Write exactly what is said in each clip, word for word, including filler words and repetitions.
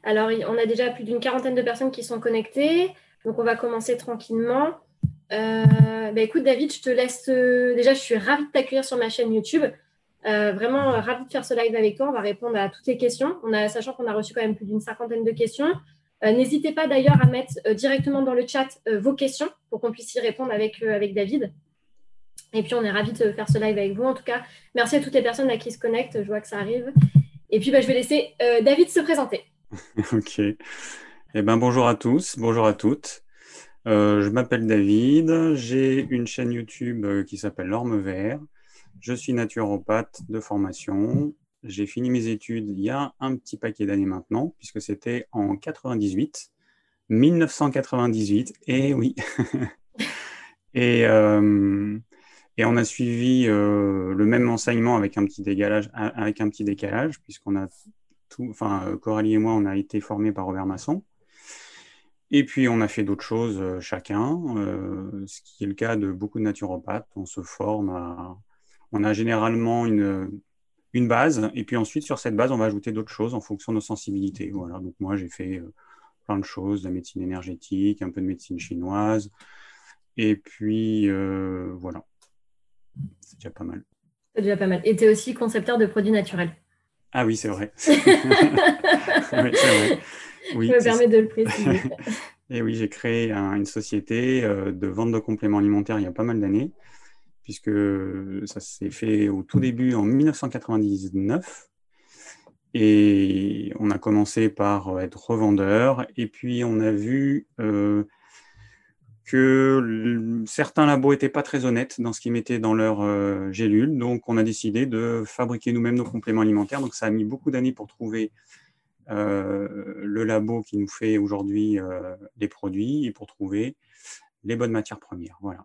Alors, on a déjà plus d'une quarantaine de personnes qui sont connectées. Donc, on va commencer tranquillement. Euh, bah, écoute, David, je te laisse. Euh, déjà, je suis ravie de t'accueillir sur ma chaîne YouTube. Euh, vraiment euh, ravie de faire ce live avec toi. On va répondre à toutes les questions. On a, sachant qu'on a reçu quand même plus d'une cinquantaine de questions. Euh, n'hésitez pas d'ailleurs à mettre euh, directement dans le chat euh, vos questions pour qu'on puisse y répondre avec, euh, avec David. Et puis, on est ravis de faire ce live avec vous. En tout cas, merci à toutes les personnes à qui se connectent. Je vois que ça arrive. Et puis, bah, je vais laisser euh, David se présenter. Ok. Eh ben, bonjour à tous, bonjour à toutes. Euh, je m'appelle David, j'ai une chaîne YouTube euh, qui s'appelle L'Orme Vert. Je suis naturopathe de formation. J'ai fini mes études il y a un petit paquet d'années maintenant, puisque c'était en quatre-vingt-dix-huit, mille neuf cent quatre-vingt-dix-huit, et oui. Et, euh, et on a suivi euh, le même enseignement avec un petit décalage, avec un petit décalage, puisqu'on a tout, enfin, Coralie et moi, on a été formés par Robert Masson. Et puis, on a fait d'autres choses euh, chacun, euh, ce qui est le cas de beaucoup de naturopathes. On se forme à... On a généralement une, une base, et puis ensuite, sur cette base, on va ajouter d'autres choses en fonction de nos sensibilités. Voilà. Donc, moi, j'ai fait euh, plein de choses, de la médecine énergétique, un peu de médecine chinoise, et puis, euh, voilà. C'est déjà pas mal. C'est déjà pas mal. Et tu es aussi concepteur de produits naturels. Ah oui, c'est vrai. Oui, c'est vrai. Je Oui, me c'est ça. permets de le préciser. Et oui, j'ai créé un- une société euh, de vente de compléments alimentaires il y a pas mal d'années, puisque ça s'est fait au tout début en mille neuf cent quatre-vingt-dix-neuf. Et on a commencé par être revendeur, et puis on a vu euh, que certains labos n'étaient pas très honnêtes dans ce qu'ils mettaient dans leurs euh, gélules, donc on a décidé de fabriquer nous-mêmes nos compléments alimentaires. Donc ça a mis beaucoup d'années pour trouver euh, le labo qui nous fait aujourd'hui euh, les produits et pour trouver les bonnes matières premières. Voilà.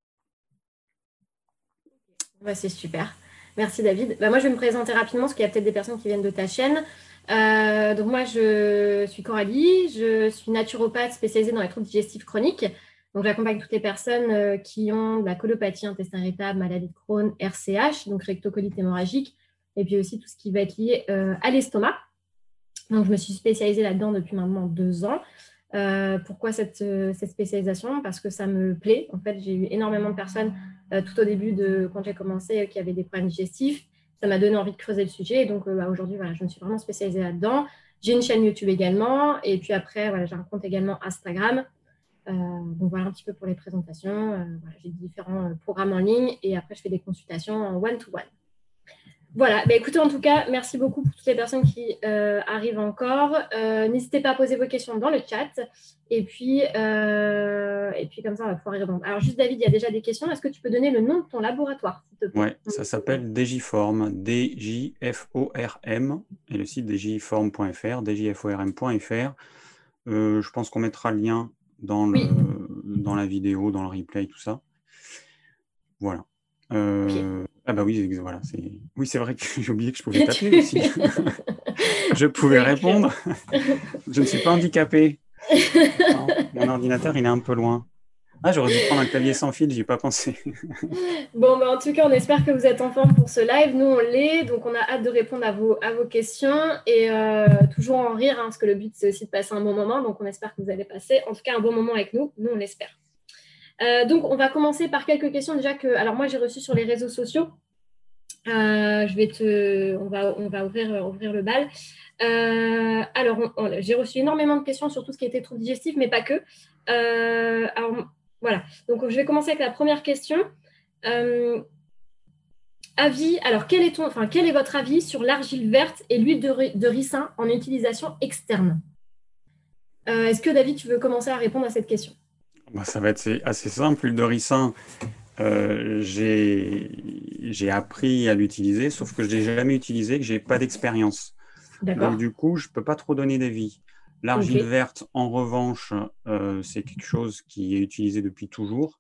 Ouais, c'est super. Merci David. Bah, moi, je vais me présenter rapidement parce qu'il y a peut-être des personnes qui viennent de ta chaîne. Euh, donc moi, je suis Coralie, je suis naturopathe spécialisée dans les troubles digestifs chroniques. Donc j'accompagne toutes les personnes euh, qui ont de la colopathie, intestin irritable, maladie de Crohn, R C H, donc rectocolite hémorragique, et puis aussi tout ce qui va être lié euh, à l'estomac. Donc je me suis spécialisée là-dedans depuis maintenant deux ans. Euh, pourquoi cette, euh, cette spécialisation? Parce que ça me plaît. En fait, j'ai eu énormément de personnes euh, tout au début de quand j'ai commencé euh, qui avaient des problèmes digestifs. Ça m'a donné envie de creuser le sujet. Et donc, euh, bah, aujourd'hui, voilà, je me suis vraiment spécialisée là-dedans. J'ai une chaîne YouTube également. Et puis après, voilà, j'ai un compte également Instagram. Euh, donc, voilà un petit peu pour les présentations. Euh, voilà, j'ai différents euh, programmes en ligne. Et après, je fais des consultations en one-to-one. Voilà, bah, écoutez, en tout cas, merci beaucoup pour toutes les personnes qui euh, arrivent encore. Euh, n'hésitez pas à poser vos questions dans le chat. Et puis, euh, et puis comme ça, on va pouvoir y répondre. Alors, juste David, il y a déjà des questions. Est-ce que tu peux donner le nom de ton laboratoire, s'il te plaît? Ouais, ça s'appelle Digiform, D J F O R M, et le site digiform point F R, D J F O R M point F R. Euh, je pense qu'on mettra le lien dans, Oui, le, dans la vidéo, dans le replay, tout ça. Voilà. ok. Euh, Ah bah oui, voilà, c'est... Oui, c'est vrai que j'ai oublié que je pouvais taper aussi. Je pouvais Donc, répondre. Je ne suis pas handicapé. Non, mon ordinateur, il est un peu loin. Ah, j'aurais dû prendre un clavier sans fil, j'y ai pas pensé. bon, bah, en tout cas, on espère que vous êtes en forme pour ce live. Nous, on l'est. Donc, on a hâte de répondre à vos, à vos questions et euh, toujours en rire, hein, parce que le but, c'est aussi de passer un bon moment. Donc, on espère que vous allez passer, en tout cas, un bon moment avec nous. Nous, on l'espère. Euh, donc, on va commencer par quelques questions déjà que, alors moi, j'ai reçu sur les réseaux sociaux. Euh, je vais te, on va, on va ouvrir, ouvrir le bal. Euh, alors, on- on- j'ai reçu énormément de questions sur tout ce qui était troubles digestifs, mais pas que. Euh, alors, voilà. Donc, je vais commencer avec la première question. Euh, avis. Alors, quel est ton, enfin, quel est votre avis sur l'argile verte et l'huile de, ri- de ricin en utilisation externe? Euh, Est-ce que David, tu veux commencer à répondre à cette question? Bah, ça va être c'est assez simple. L'huile de ricin, euh, j'ai j'ai appris à l'utiliser, sauf que je l'ai jamais utilisé, que j'ai pas d'expérience. Donc D'accord. du coup, je peux pas trop donner d'avis. Ok. L'argile verte, en revanche, euh, c'est quelque chose qui est utilisé depuis toujours.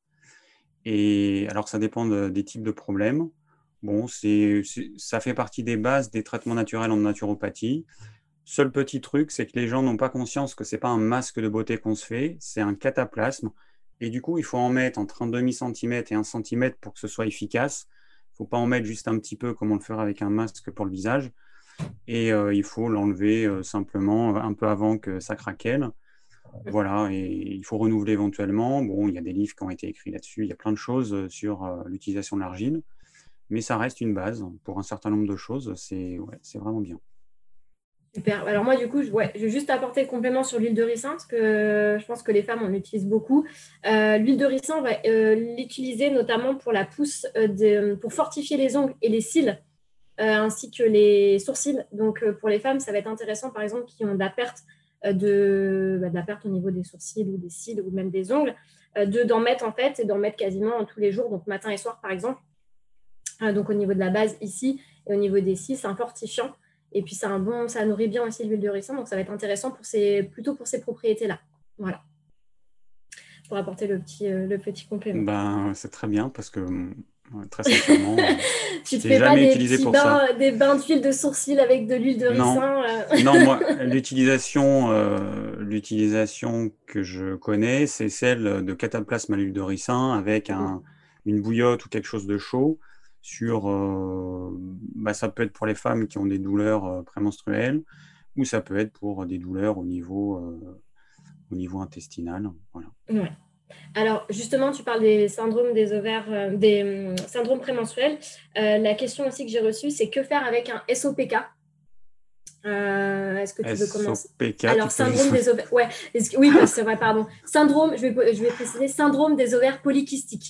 Et alors, ça dépend de- des types de problèmes. Bon, c'est, c'est- ça fait partie des bases des traitements naturels en naturopathie. Seul petit truc, c'est que les gens n'ont pas conscience que c'est pas un masque de beauté qu'on se fait, c'est un cataplasme. Et du coup, il faut en mettre entre un demi-centimètre et un centimètre pour que ce soit efficace. Il ne faut pas en mettre juste un petit peu comme on le ferait avec un masque pour le visage. et euh, il faut l'enlever euh, simplement un peu avant que ça craquelle. Voilà, et il faut renouveler éventuellement. Bon, il y a des livres qui ont été écrits là-dessus, il y a plein de choses sur euh, l'utilisation de l'argile, mais ça reste une base pour un certain nombre de choses. C'est ouais, c'est vraiment bien. Super. Alors moi, du coup, je, ouais, je vais juste apporter le complément sur l'huile de ricin, parce que je pense que les femmes, on l'utilise beaucoup. Euh, l'huile de ricin, on va euh, l'utiliser notamment pour la pousse, euh, de, pour fortifier les ongles et les cils, euh, ainsi que les sourcils. Donc, euh, pour les femmes, ça va être intéressant, par exemple, qui ont de la perte, euh, de, bah, de la perte au niveau des sourcils ou des cils ou même des ongles, euh, de, d'en mettre en fait et d'en mettre quasiment tous les jours, donc matin et soir, par exemple. Euh, donc, au niveau de la base ici et au niveau des cils, c'est un fortifiant. Et puis, c'est un bon, ça nourrit bien aussi l'huile de ricin, donc ça va être intéressant pour ces, plutôt pour ces propriétés-là. Voilà, pour apporter le petit, euh, le petit complément. Ben, c'est très bien parce que, très sincèrement, euh, Tu te c'est fais pas jamais des utilisé petits pour ça. bains, des bains d'huile de sourcil avec de l'huile de Non, ricin euh... non, moi, l'utilisation, euh, l'utilisation que je connais, c'est celle de cataplasme à l'huile de ricin avec un, une bouillotte ou quelque chose de chaud. Sur, euh, bah, ça peut être pour les femmes qui ont des douleurs euh, prémenstruelles ou ça peut être pour des douleurs au niveau, euh, au niveau intestinal. Voilà. Ouais. Alors, justement, tu parles des syndromes des ovaires, euh, des euh, syndromes prémenstruels. Euh, la question aussi que j'ai reçue, c'est que faire avec un S O P K? Euh, est-ce que tu veux commencer? S O P K, tu Alors, peux syndrome juste... des ovaires. Ouais, que... oui, c'est vrai, pardon. Syndrome, je vais, je vais préciser, syndrome des ovaires polykystiques.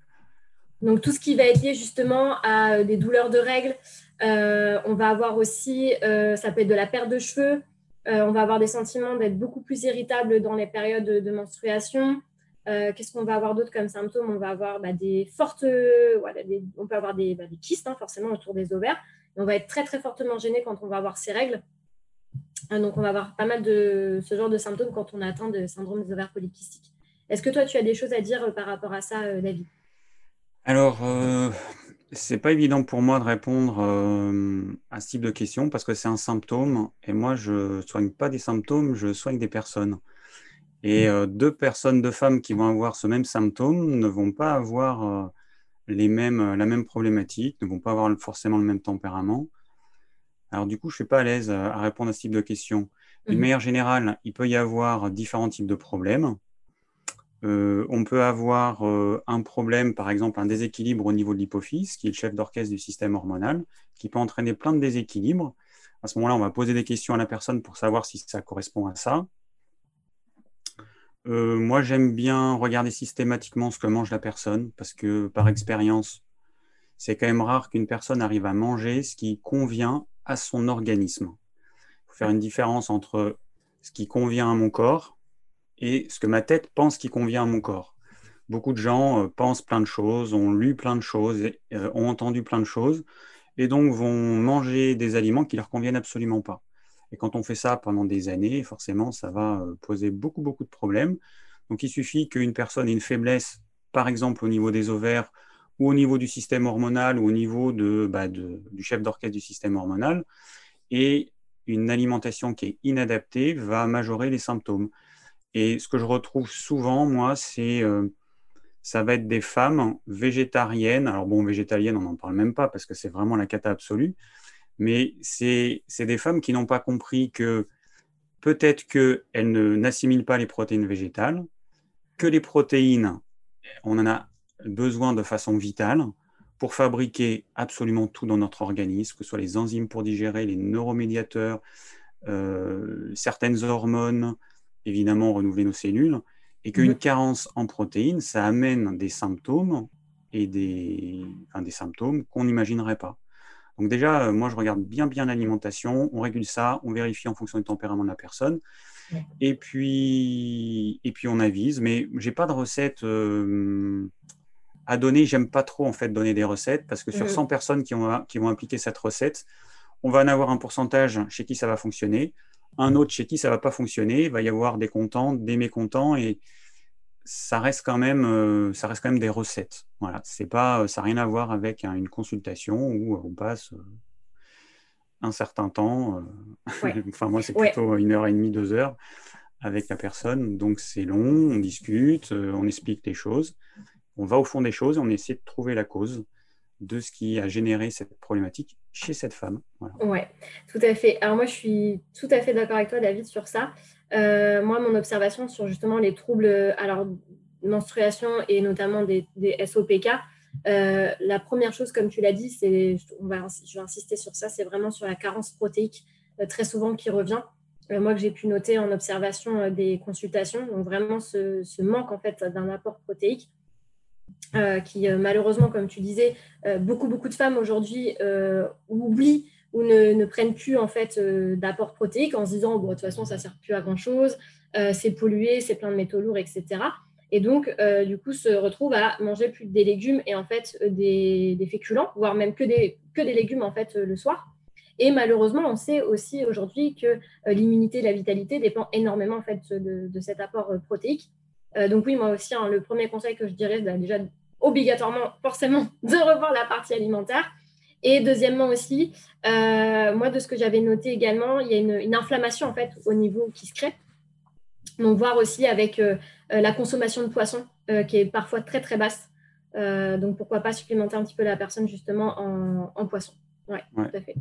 Donc, tout ce qui va être lié justement à des douleurs de règles. Euh, on va avoir aussi, euh, ça peut être de la perte de cheveux. Euh, on va avoir des sentiments d'être beaucoup plus irritable dans les périodes de, de menstruation. Euh, qu'est-ce qu'on va avoir d'autre comme symptômes? On va avoir bah, des fortes, euh, voilà, des, on peut avoir des, bah, des kystes hein, forcément autour des ovaires. Et on va être très très fortement gêné quand on va avoir ces règles. Euh, donc on va avoir pas mal de ce genre de symptômes quand on a atteint de syndrome des ovaires polykystiques. Est-ce que toi tu as des choses à dire euh, par rapport à ça, euh, David? Alors, euh, c'est pas évident pour moi de répondre euh, à ce type de questions parce que c'est un symptôme et moi je soigne pas des symptômes, je soigne des personnes. Et euh, deux personnes, deux femmes qui vont avoir ce même symptôme ne vont pas avoir euh, les mêmes, la même problématique, ne vont pas avoir forcément le même tempérament. Alors du coup, je suis pas à l'aise à, à répondre à ce type de questions. D'une Mhm. manière générale, il peut y avoir différents types de problèmes. Euh, on peut avoir euh, un problème, par exemple un déséquilibre au niveau de l'hypophyse, qui est le chef d'orchestre du système hormonal, qui peut entraîner plein de déséquilibres. À ce moment-là, on va poser des questions à la personne pour savoir si ça correspond à ça. Euh, moi, j'aime bien regarder systématiquement ce que mange la personne, parce que par expérience, c'est quand même rare qu'une personne arrive à manger ce qui convient à son organisme. Il faut faire une différence entre ce qui convient à mon corps et ce que ma tête pense qui convient à mon corps. Beaucoup de gens euh, pensent plein de choses, ont lu plein de choses, euh, ont entendu plein de choses, et donc vont manger des aliments qui leur conviennent absolument pas. Et quand on fait ça pendant des années, forcément, ça va euh, poser beaucoup, beaucoup de problèmes. Donc il suffit qu'une personne ait une faiblesse, par exemple au niveau des ovaires, ou au niveau du système hormonal, ou au niveau de, bah, de, du chef d'orchestre du système hormonal, et une alimentation qui est inadaptée va majorer les symptômes. Et ce que je retrouve souvent, moi, c'est euh, ça va être des femmes végétariennes. Alors bon, végétaliennes, on n'en parle même pas parce que c'est vraiment la cata absolue. Mais c'est des femmes qui n'ont pas compris que peut-être qu'elles ne, n'assimilent pas les protéines végétales, que les protéines, on en a besoin de façon vitale pour fabriquer absolument tout dans notre organisme, que ce soit les enzymes pour digérer, les neuromédiateurs, euh, certaines hormones, évidemment renouveler nos cellules, et qu'une Mhm. carence en protéines, ça amène des symptômes et des, enfin, des symptômes qu'on n'imaginerait pas. Donc déjà, euh, moi, je regarde bien bien l'alimentation, on régule ça, on vérifie en fonction du tempérament de la personne, et puis, et puis on avise, mais j'ai pas de recette euh, à donner. J'aime pas trop en fait donner des recettes parce que sur Mhm. cent personnes qui, ont, qui vont appliquer cette recette, on va en avoir un pourcentage chez qui ça va fonctionner, un autre chez qui ça va pas fonctionner. Il va y avoir des contents, des mécontents, et ça reste quand même, euh, ça reste quand même des recettes. Voilà, c'est pas, ça n'a rien à voir avec hein, une consultation où on passe euh, un certain temps. Ouais. Euh, enfin, moi, c'est Ouais. plutôt une heure et demie, deux heures avec la personne. Donc, c'est long, on discute, euh, on explique les choses, on va au fond des choses et on essaie de trouver la cause. de ce qui a généré cette problématique chez cette femme. Voilà. Ouais, tout à fait. Alors moi, je suis tout à fait d'accord avec toi, David, sur ça. Euh, moi, mon observation sur justement les troubles, alors menstruation et notamment des, des S O P K, euh, la première chose, comme tu l'as dit, c'est, on va, je vais insister sur ça, c'est vraiment sur la carence protéique, euh, très souvent qui revient. Euh, moi, que j'ai pu noter en observation euh, des consultations, donc vraiment ce, ce manque en fait d'un apport protéique. Euh, qui euh, malheureusement, comme tu disais, euh, beaucoup, beaucoup de femmes aujourd'hui euh, oublient ou ne, ne prennent plus en fait euh, d'apport protéique en se disant bon, de toute façon ça ne sert plus à grand chose, euh, c'est pollué, c'est plein de métaux lourds, et cetera. Et donc euh, du coup se retrouvent à manger plus des légumes et en fait des, des féculents, voire même que des, que des légumes en fait euh, le soir. Et malheureusement, on sait aussi aujourd'hui que euh, l'immunité et la vitalité dépend énormément en fait de, de cet apport euh, protéique. Euh, donc oui, moi aussi, hein, le premier conseil que je dirais, bah, déjà obligatoirement, forcément, de revoir la partie alimentaire. Et deuxièmement aussi, euh, moi, de ce que j'avais noté également, il y a une, une inflammation en fait au niveau qui se crée. Donc, voir aussi avec euh, la consommation de poissons euh, qui est parfois très, très basse. Euh, donc, pourquoi pas supplémenter un petit peu la personne justement en, en poisson. Ouais, ouais, tout à fait.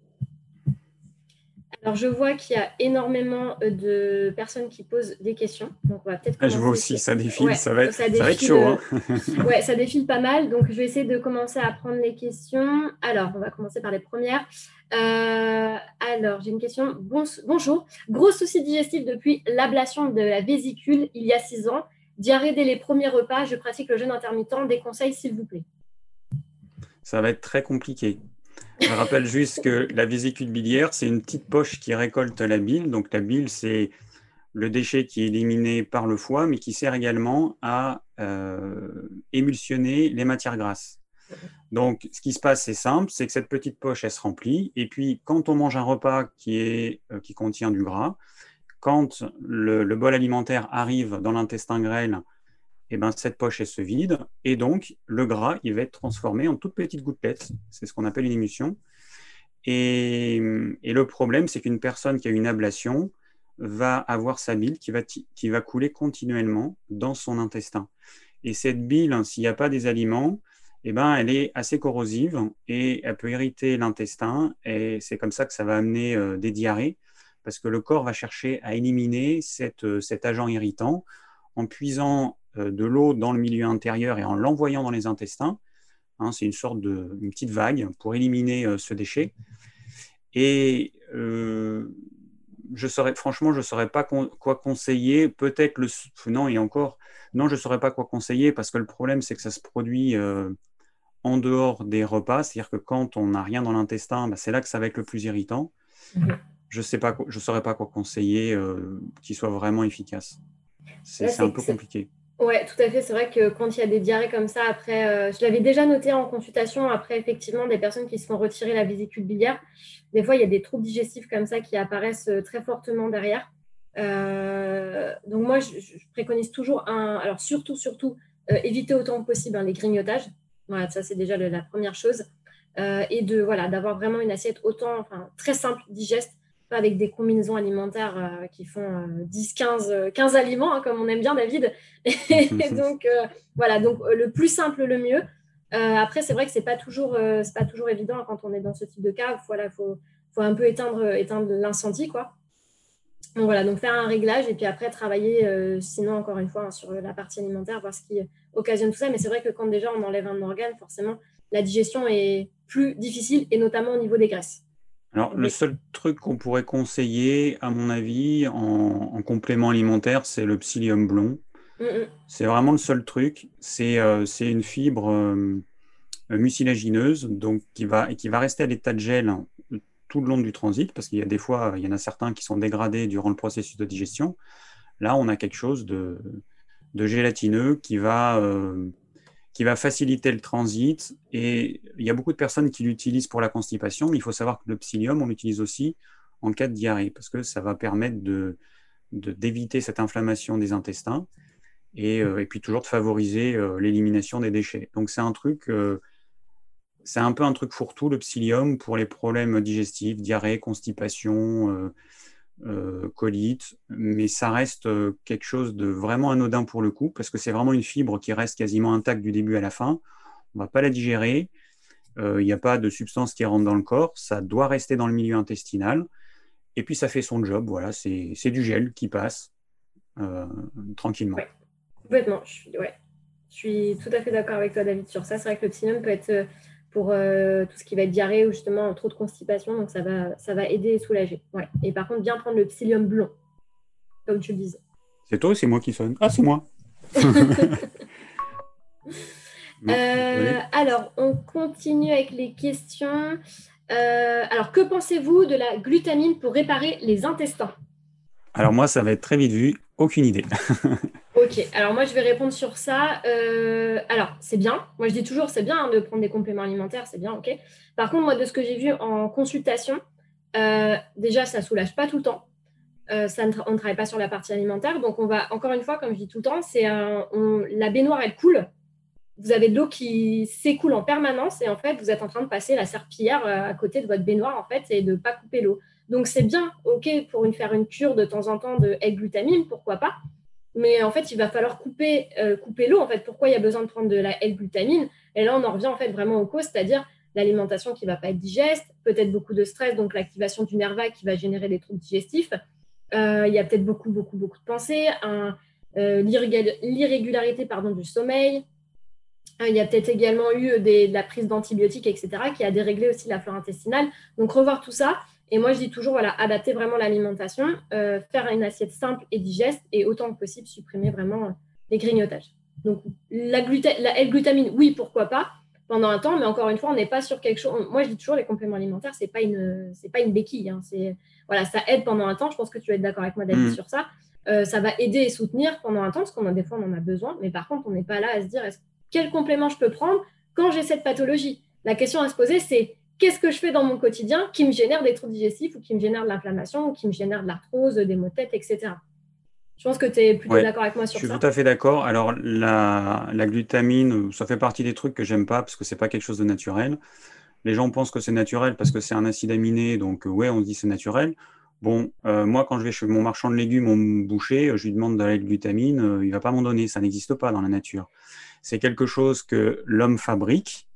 Alors, je vois qu'il y a énormément de personnes qui posent des questions. Donc, on va peut-être commencer. Je vois aussi, ça défile, ouais, ça, va être, ça, défile, ça va être chaud. Hein. Ouais, ça défile pas mal. Donc, je vais essayer de commencer à prendre les questions. Alors, on va commencer par les premières. Euh, alors, j'ai une question. Bon, bonjour. Gros souci digestif depuis l'ablation de la vésicule il y a six ans. Diarrhée dès les premiers repas. Je pratique le jeûne intermittent. Des conseils, s'il vous plaît. Ça va être très compliqué. Je rappelle juste que la vésicule biliaire, c'est une petite poche qui récolte la bile. Donc, la bile, c'est le déchet qui est éliminé par le foie, mais qui sert également à euh, émulsionner les matières grasses. Donc, ce qui se passe, c'est simple, c'est que cette petite poche, elle se remplit. Et puis, quand on mange un repas qui, est, euh, qui contient du gras, quand le, le bol alimentaire arrive dans l'intestin grêle, eh ben, cette poche, elle se vide. Et donc, le gras, il va être transformé en toutes petites gouttelettes. C'est ce qu'on appelle une émulsion. Et, et le problème, c'est qu'une personne qui a une ablation va avoir sa bile qui va, qui va couler continuellement dans son intestin. Et cette bile, s'il n'y a pas des aliments, eh ben, elle est assez corrosive et elle peut irriter l'intestin. Et c'est comme ça que ça va amener euh, des diarrhées, parce que le corps va chercher à éliminer cette, euh, cet agent irritant en puisant euh, de l'eau dans le milieu intérieur et en l'envoyant dans les intestins. Hein, c'est une sorte de une petite vague pour éliminer euh, ce déchet. Et euh, je saurais, franchement, je ne saurais pas con, quoi conseiller. Peut-être le... Non, et encore, non, je ne saurais pas quoi conseiller parce que le problème, c'est que ça se produit euh, en dehors des repas. C'est-à-dire que quand on n'a rien dans l'intestin, bah, c'est là que ça va être le plus irritant. Mmh. Je ne saurais pas quoi conseiller euh, qui soit vraiment efficace. C'est, là, c'est, c'est un peu compliqué. Oui, tout à fait. C'est vrai que quand il y a des diarrhées comme ça, après, euh, je l'avais déjà noté en consultation, après, effectivement, des personnes qui se font retirer la vésicule biliaire, des fois, il y a des troubles digestifs comme ça qui apparaissent très fortement derrière. Euh, donc, moi, je, je préconise toujours, un, alors surtout, surtout, euh, éviter autant que possible hein, les grignotages. Voilà, ça, c'est déjà le, la première chose. Euh, et de, voilà, d'avoir vraiment une assiette autant, enfin, très simple, digeste, pas avec des combinaisons alimentaires euh, qui font euh, dix, quinze, quinze aliments, hein, comme on aime bien, David. Et donc, euh, voilà, donc euh, le plus simple, le mieux. Euh, après, c'est vrai que ce n'est pas, euh, pas toujours évident quand on est dans ce type de cas. Voilà, il faut, faut un peu éteindre, éteindre l'incendie, quoi. Donc, voilà, donc faire un réglage et puis après travailler, euh, sinon, encore une fois, hein, sur la partie alimentaire, voir ce qui occasionne tout ça. Mais c'est vrai que quand déjà on enlève un organe, forcément, la digestion est plus difficile et notamment au niveau des graisses. Alors, le seul truc qu'on pourrait conseiller, à mon avis, en, en complément alimentaire, c'est le psyllium blond. Mm-hmm. C'est vraiment le seul truc. C'est, euh, c'est une fibre euh, mucilagineuse donc, qui, va, qui va rester à l'état de gel tout le long du transit, parce qu'il y a des fois, il y en a certains qui sont dégradés durant le processus de digestion. Là, on a quelque chose de, de gélatineux qui va... Euh, qui va faciliter le transit. Et il y a beaucoup de personnes qui l'utilisent pour la constipation, mais il faut savoir que le psyllium, on l'utilise aussi en cas de diarrhée, parce que ça va permettre de, de, d'éviter cette inflammation des intestins et, euh, et puis toujours de favoriser euh, l'élimination des déchets. Donc c'est un truc, euh, c'est un peu un truc fourre-tout, le psyllium, pour les problèmes digestifs, diarrhée, constipation, euh, Euh, colite, mais ça reste euh, quelque chose de vraiment anodin pour le coup, parce que c'est vraiment une fibre qui reste quasiment intacte du début à la fin. On ne va pas la digérer, il n'y a pas de substance qui rentre dans le corps, ça doit rester dans le milieu intestinal, et puis ça fait son job, voilà, c'est, c'est du gel qui passe euh, tranquillement. Ouais, complètement. Je suis, ouais. Je suis tout à fait d'accord avec toi, David, sur ça. C'est vrai que le psyllium peut être pour euh, tout ce qui va être diarrhée ou justement trop de constipation, donc ça va, ça va aider et soulager. Ouais. Et par contre, bien prendre le psyllium blond, comme tu le disais. C'est toi ou c'est moi qui sonne? Ah, c'est moi. Non, euh, alors, on continue avec les questions. Euh, alors, que pensez-vous de la glutamine pour réparer les intestins? Alors moi, ça va être très vite vu. Aucune idée. Ok, alors moi, je vais répondre sur ça. Euh, alors, c'est bien. Moi, je dis toujours, c'est bien hein, de prendre des compléments alimentaires, c'est bien, ok. Par contre, moi, de ce que j'ai vu en consultation, euh, déjà, ça ne soulage pas tout le temps. Euh, ça ne tra- on ne travaille pas sur la partie alimentaire. Donc, on va, encore une fois, comme je dis tout le temps, c'est un, on- la baignoire, elle coule. Vous avez de l'eau qui s'écoule en permanence et en fait, vous êtes en train de passer la serpillière à côté de votre baignoire en fait et de ne pas couper l'eau. Donc, c'est bien, OK, pour une, faire une cure de temps en temps de L-glutamine, pourquoi pas. Mais en fait, il va falloir couper, euh, couper l'eau. En fait, pourquoi il y a besoin de prendre de la L-glutamine? Et là, on en revient en fait vraiment aux causes, c'est-à-dire l'alimentation qui ne va pas être digeste, peut-être beaucoup de stress, donc l'activation du nerf vague qui va générer des troubles digestifs. Euh, il y a peut-être beaucoup, beaucoup, beaucoup de pensées, un, euh, l'irrégularité pardon, du sommeil. Il y a peut-être également eu des, de la prise d'antibiotiques, et cetera, qui a déréglé aussi la flore intestinale. Donc, revoir tout ça. Et moi, je dis toujours, voilà, adapter vraiment l'alimentation, euh, faire une assiette simple et digeste et autant que possible, supprimer vraiment les grignotages. Donc, la, gluta- la L-glutamine, oui, pourquoi pas, pendant un temps, mais encore une fois, on n'est pas sur quelque chose. Moi, je dis toujours, les compléments alimentaires, ce n'est pas, pas une béquille. Hein. C'est, voilà, ça aide pendant un temps. Je pense que tu vas être d'accord avec moi, David, mmh. sur ça. Euh, ça va aider et soutenir pendant un temps, parce qu'on a des fois, on en a besoin. Mais par contre, on n'est pas là à se dire, est-ce quel complément je peux prendre quand j'ai cette pathologie? La question à se poser, c'est qu'est-ce que je fais dans mon quotidien qui me génère des troubles digestifs ou qui me génère de l'inflammation ou qui me génère de l'arthrose, des maux de tête, et cetera. Je pense que tu es plutôt ouais, d'accord avec moi sur ça. Je suis ça. Tout à fait d'accord. Alors, la, la glutamine, ça fait partie des trucs que j'aime pas parce que c'est pas quelque chose de naturel. Les gens pensent que c'est naturel parce que c'est un acide aminé, donc ouais, on se dit c'est naturel. Bon, euh, moi, quand je vais chez mon marchand de légumes, mon boucher, je lui demande de la glutamine, euh, il va pas m'en donner, ça n'existe pas dans la nature. C'est quelque chose que l'homme fabrique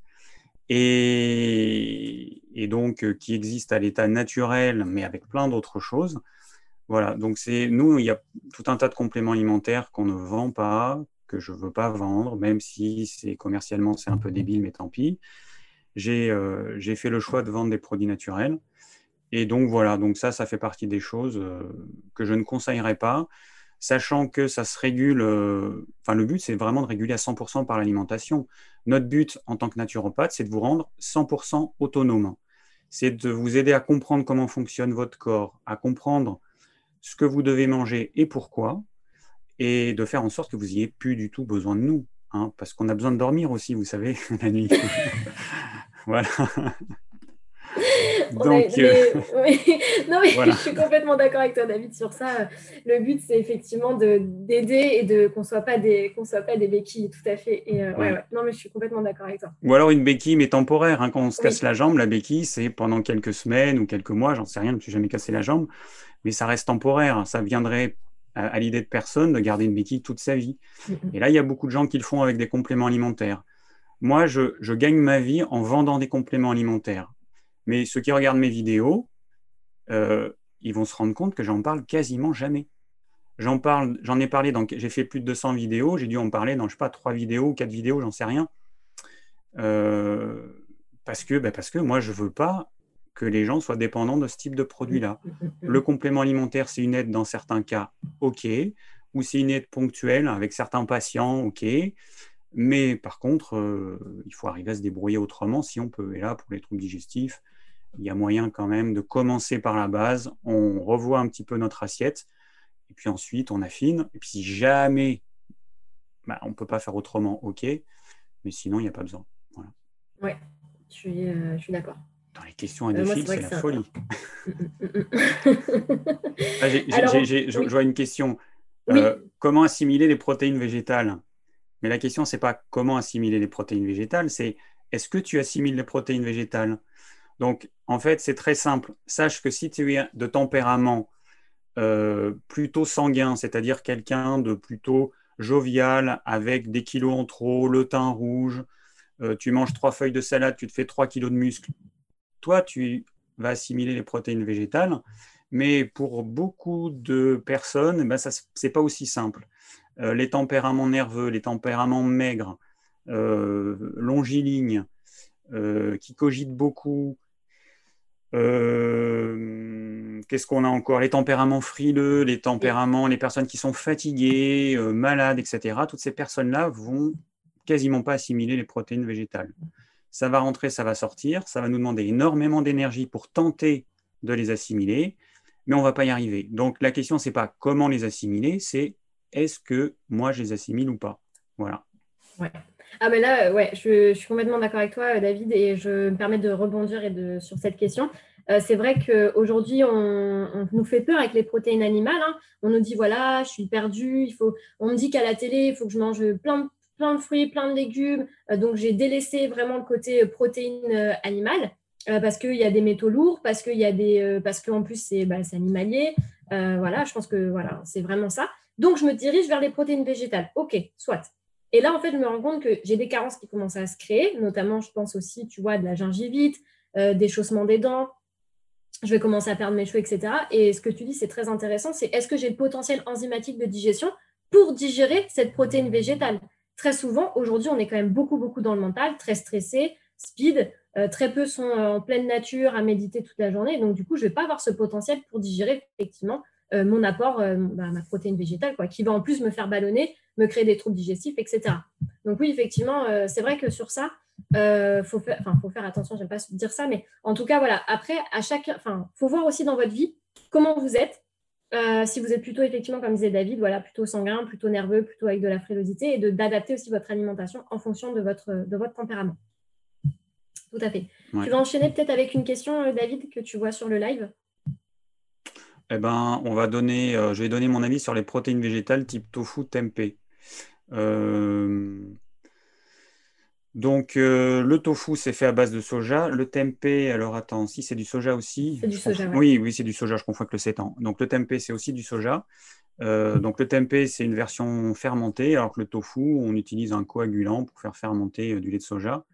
et, et donc euh, qui existe à l'état naturel, mais avec plein d'autres choses. Voilà, donc c'est nous, il y a tout un tas de compléments alimentaires qu'on ne vend pas, que je ne veux pas vendre, même si c'est commercialement c'est un peu débile, mais tant pis. J'ai euh, j'ai fait le choix de vendre des produits naturels. Et donc voilà, donc ça, ça fait partie des choses euh, que je ne conseillerais pas, sachant que ça se régule, euh, enfin le but c'est vraiment de réguler à cent pour cent par l'alimentation. Notre but en tant que naturopathe, c'est de vous rendre cent pour cent autonome. C'est de vous aider à comprendre comment fonctionne votre corps, à comprendre ce que vous devez manger et pourquoi, et de faire en sorte que vous n'ayez plus du tout besoin de nous, hein, parce qu'on a besoin de dormir aussi, vous savez, la nuit. Voilà. Donc, a, euh... mais... non, mais voilà. Je suis complètement d'accord avec toi, David, sur ça. Le but, c'est effectivement de, d'aider et de, qu'on ne soit pas des, qu'on soit pas des béquilles, tout à fait. Et, euh, ouais. Ouais, ouais. Non, mais je suis complètement d'accord avec toi. Ou alors une béquille, mais temporaire. Hein, quand on se casse oui. la jambe, la béquille, c'est pendant quelques semaines ou quelques mois, j'en sais rien, je ne me suis jamais cassé la jambe, mais ça reste temporaire. Ça viendrait à, à l'idée de personne de garder une béquille toute sa vie. Mm-hmm. Et là, il y a beaucoup de gens qui le font avec des compléments alimentaires. Moi, je, je gagne ma vie en vendant des compléments alimentaires. Mais ceux qui regardent mes vidéos, euh, ils vont se rendre compte que j'en parle quasiment jamais. J'en parle, j'en ai parlé, dans, j'ai fait plus de deux cents vidéos, j'ai dû en parler dans, je sais pas, trois vidéos ou quatre vidéos, j'en sais rien. Euh, parce, que, bah parce que moi, je ne veux pas que les gens soient dépendants de ce type de produit-là. Le complément alimentaire, c'est une aide dans certains cas, ok, ou c'est une aide ponctuelle avec certains patients, ok. Mais par contre, euh, il faut arriver à se débrouiller autrement si on peut. Et là, pour les troubles digestifs, il y a moyen quand même de commencer par la base. On revoit un petit peu notre assiette. Et puis ensuite, on affine. Et puis si jamais bah, on ne peut pas faire autrement, ok. Mais sinon, il n'y a pas besoin. Voilà. Oui, je suis, euh, je suis d'accord. Dans les questions à deux euh, fils, c'est, c'est la c'est folie. ah, j'ai, Alors, j'ai, j'ai, je, oui. je vois une question. Euh, oui. Comment assimiler les protéines végétales? Mais la question, ce n'est pas comment assimiler les protéines végétales, c'est est-ce que tu assimiles les protéines végétales? Donc, en fait, c'est très simple. Sache que si tu es de tempérament euh, plutôt sanguin, c'est-à-dire quelqu'un de plutôt jovial, avec des kilos en trop, le teint rouge, euh, tu manges trois feuilles de salade, tu te fais trois kilos de muscles, toi, tu vas assimiler les protéines végétales. Mais pour beaucoup de personnes, ben, ce n'est pas aussi simple. Euh, les tempéraments nerveux, les tempéraments maigres, euh, longilignes, euh, qui cogitent beaucoup, euh, qu'est-ce qu'on a encore? Les tempéraments frileux, les tempéraments, les personnes qui sont fatiguées, euh, malades, et cetera. Toutes ces personnes-là vont quasiment pas assimiler les protéines végétales. Ça va rentrer, ça va sortir, ça va nous demander énormément d'énergie pour tenter de les assimiler, mais on ne va pas y arriver. Donc la question, ce n'est pas comment les assimiler, c'est est-ce que moi je les assimile ou pas? Voilà. Ouais. Ah ben là, ouais, je, je suis complètement d'accord avec toi, David, et je me permets de rebondir et de, sur cette question. Euh, c'est vrai qu'aujourd'hui, on, on nous fait peur avec les protéines animales. Hein. On nous dit, voilà, je suis perdue, il faut... on me dit qu'à la télé, il faut que je mange plein de, plein de fruits, plein de légumes. Euh, donc, j'ai délaissé vraiment le côté protéines euh, animales euh, parce qu'il y a des métaux lourds, parce qu'il y a des, euh, parce qu'en plus, c'est, bah, c'est animalier. Euh, voilà, je pense que voilà, c'est vraiment ça. Donc, je me dirige vers les protéines végétales. OK, soit. Et là, en fait, je me rends compte que j'ai des carences qui commencent à se créer, notamment, je pense aussi, tu vois, de la gingivite, euh, des chaussements des dents. Je vais commencer à perdre mes cheveux, et cetera. Et ce que tu dis, c'est très intéressant, c'est est-ce que j'ai le potentiel enzymatique de digestion pour digérer cette protéine végétale? Très souvent, aujourd'hui, on est quand même beaucoup, beaucoup dans le mental, très stressé, speed. Euh, très peu sont en pleine nature à méditer toute la journée. Donc, du coup, je ne vais pas avoir ce potentiel pour digérer, effectivement, euh, mon apport, euh, bah, ma protéine végétale, quoi, qui va en plus me faire ballonner, me créer des troubles digestifs, et cetera. Donc oui, effectivement, euh, c'est vrai que sur ça, il euh, faut, faire, faut faire attention, j'aime pas dire ça, mais en tout cas, voilà, après, à chaque, enfin, faut voir aussi dans votre vie comment vous êtes. Euh, si vous êtes plutôt, effectivement, comme disait David, voilà, plutôt sanguin, plutôt nerveux, plutôt avec de la frilosité, et de, d'adapter aussi votre alimentation en fonction de votre, de votre tempérament. Tout à fait. Ouais. Tu vas enchaîner peut-être avec une question, David, que tu vois sur le live. Eh ben, on va donner, euh, je vais donner mon avis sur les protéines végétales type tofu, tempeh. Euh, donc, euh, le tofu, c'est fait à base de soja. Le tempeh, alors attends, si c'est du soja aussi. C'est du soja, ouais. Oui, oui, c'est du soja, je confonds avec le sétan. Donc, le tempeh, c'est aussi du soja. Euh, donc, le tempeh, c'est une version fermentée, alors que le tofu, on utilise un coagulant pour faire fermenter euh, du lait de soja.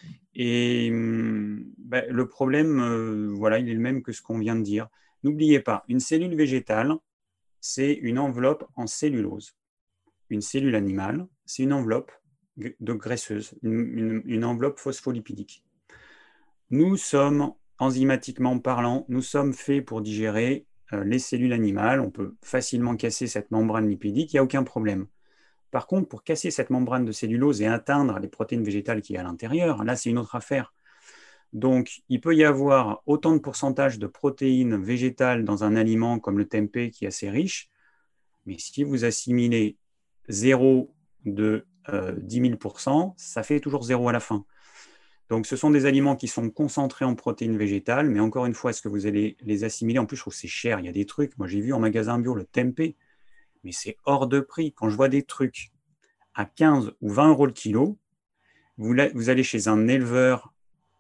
Et ben, le problème, euh, voilà, il est le même que ce qu'on vient de dire. N'oubliez pas, une cellule végétale, c'est une enveloppe en cellulose. Une cellule animale, c'est une enveloppe de graisseuse, une, une, une enveloppe phospholipidique. Nous sommes, enzymatiquement parlant, nous sommes faits pour digérer euh, les cellules animales. On peut facilement casser cette membrane lipidique, il n'y a aucun problème. Par contre, pour casser cette membrane de cellulose et atteindre les protéines végétales qui sont à l'intérieur, là, c'est une autre affaire. Donc, il peut y avoir autant de pourcentage de protéines végétales dans un aliment comme le tempeh qui est assez riche, mais si vous assimilez zéro de euh, dix mille pour cent, ça fait toujours zéro à la fin. Donc, ce sont des aliments qui sont concentrés en protéines végétales, mais encore une fois, est-ce que vous allez les assimiler? En plus, je trouve que c'est cher. Il y a des trucs, moi j'ai vu en magasin bio le tempeh, mais c'est hors de prix. Quand je vois des trucs à quinze ou vingt euros le kilo, vous, vous allez chez un éleveur,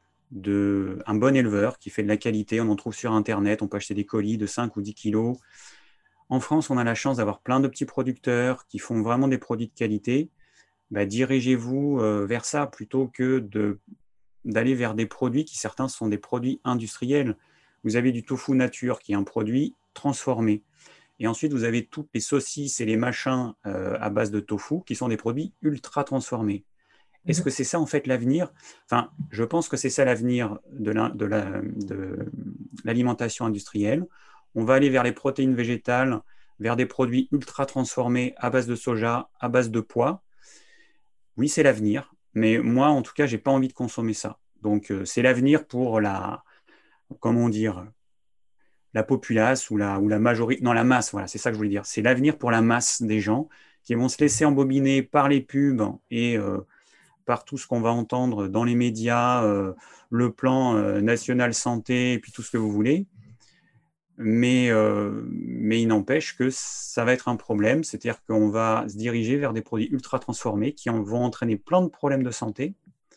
de, un bon éleveur qui fait de la qualité, on en trouve sur Internet, on peut acheter des colis de cinq ou dix kilos. En France, on a la chance d'avoir plein de petits producteurs qui font vraiment des produits de qualité. Bah, dirigez-vous euh, vers ça plutôt que de, d'aller vers des produits qui, certains, sont des produits industriels. Vous avez du tofu nature qui est un produit transformé. Et ensuite, vous avez toutes les saucisses et les machins euh, à base de tofu qui sont des produits ultra transformés. Est-ce que c'est ça, en fait, l'avenir? Enfin, je pense que c'est ça l'avenir de, la, de, la, de l'alimentation industrielle. On va aller vers les protéines végétales, vers des produits ultra transformés à base de soja, à base de pois. Oui, c'est l'avenir. Mais moi, en tout cas, je n'ai pas envie de consommer ça. Donc, euh, c'est l'avenir pour la, comment dire, la populace ou la, ou la majorité, non, la masse, voilà, c'est ça que je voulais dire. C'est l'avenir pour la masse des gens qui vont se laisser embobiner par les pubs et euh, par tout ce qu'on va entendre dans les médias, euh, le plan euh, national santé, et puis tout ce que vous voulez. Mais, euh, mais il n'empêche que ça va être un problème, c'est-à-dire qu'on va se diriger vers des produits ultra transformés qui en vont entraîner plein de problèmes de santé.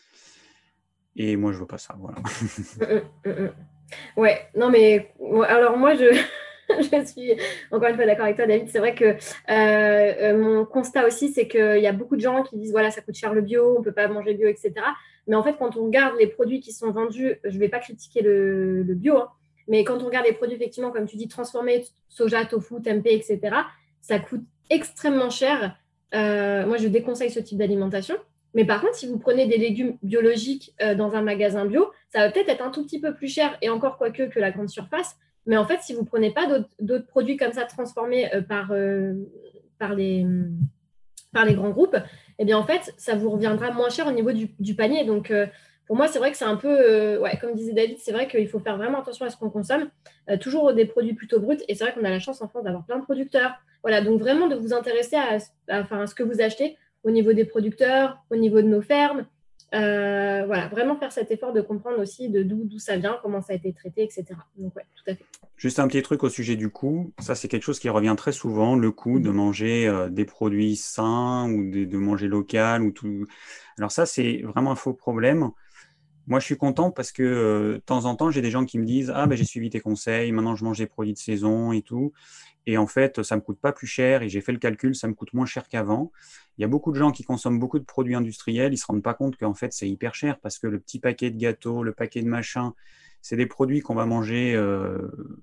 Et moi, je veux pas ça, voilà. Ouais, non mais alors moi je Je suis encore une fois d'accord avec toi, David. C'est vrai que euh, euh, mon constat aussi, c'est qu'il y a beaucoup de gens qui disent voilà, ça coûte cher le bio, on ne peut pas manger bio, et cetera. Mais en fait, quand on regarde les produits qui sont vendus, je ne vais pas critiquer le, le bio, hein, mais quand on regarde les produits, effectivement, comme tu dis, transformés, soja, tofu, tempeh, et cetera, ça coûte extrêmement cher. Euh, moi, je déconseille ce type d'alimentation. Mais par contre, si vous prenez des légumes biologiques euh, dans un magasin bio, ça va peut-être être un tout petit peu plus cher, et encore quoique que la grande surface. Mais en fait, si vous ne prenez pas d'autres produits comme ça transformés euh, par, euh, par, les, par les grands groupes, eh bien en fait, ça vous reviendra moins cher au niveau du, du panier. Donc, euh, pour moi, c'est vrai que c'est un peu, euh, ouais, comme disait David, c'est vrai qu'il faut faire vraiment attention à ce qu'on consomme. Euh, toujours des produits plutôt bruts. Et c'est vrai qu'on a la chance en France d'avoir plein de producteurs. Voilà, donc vraiment de vous intéresser à, à, à, à ce que vous achetez au niveau des producteurs, au niveau de nos fermes. Euh, voilà, vraiment faire cet effort de comprendre aussi de d'où ça vient, comment ça a été traité, et cetera. Donc, ouais, tout à fait. Juste un petit truc au sujet du coût. Ça, c'est quelque chose qui revient très souvent, le coût de manger euh, des produits sains ou de, de manger local ou tout. Alors ça, c'est vraiment un faux problème. Moi, je suis content parce que euh, de temps en temps, j'ai des gens qui me disent ah ben j'ai suivi tes conseils, maintenant je mange des produits de saison et tout. Et en fait, ça me coûte pas plus cher et j'ai fait le calcul, ça me coûte moins cher qu'avant. Il y a beaucoup de gens qui consomment beaucoup de produits industriels, ils se rendent pas compte qu'en fait c'est hyper cher parce que le petit paquet de gâteaux, le paquet de machin, c'est des produits qu'on va manger, euh,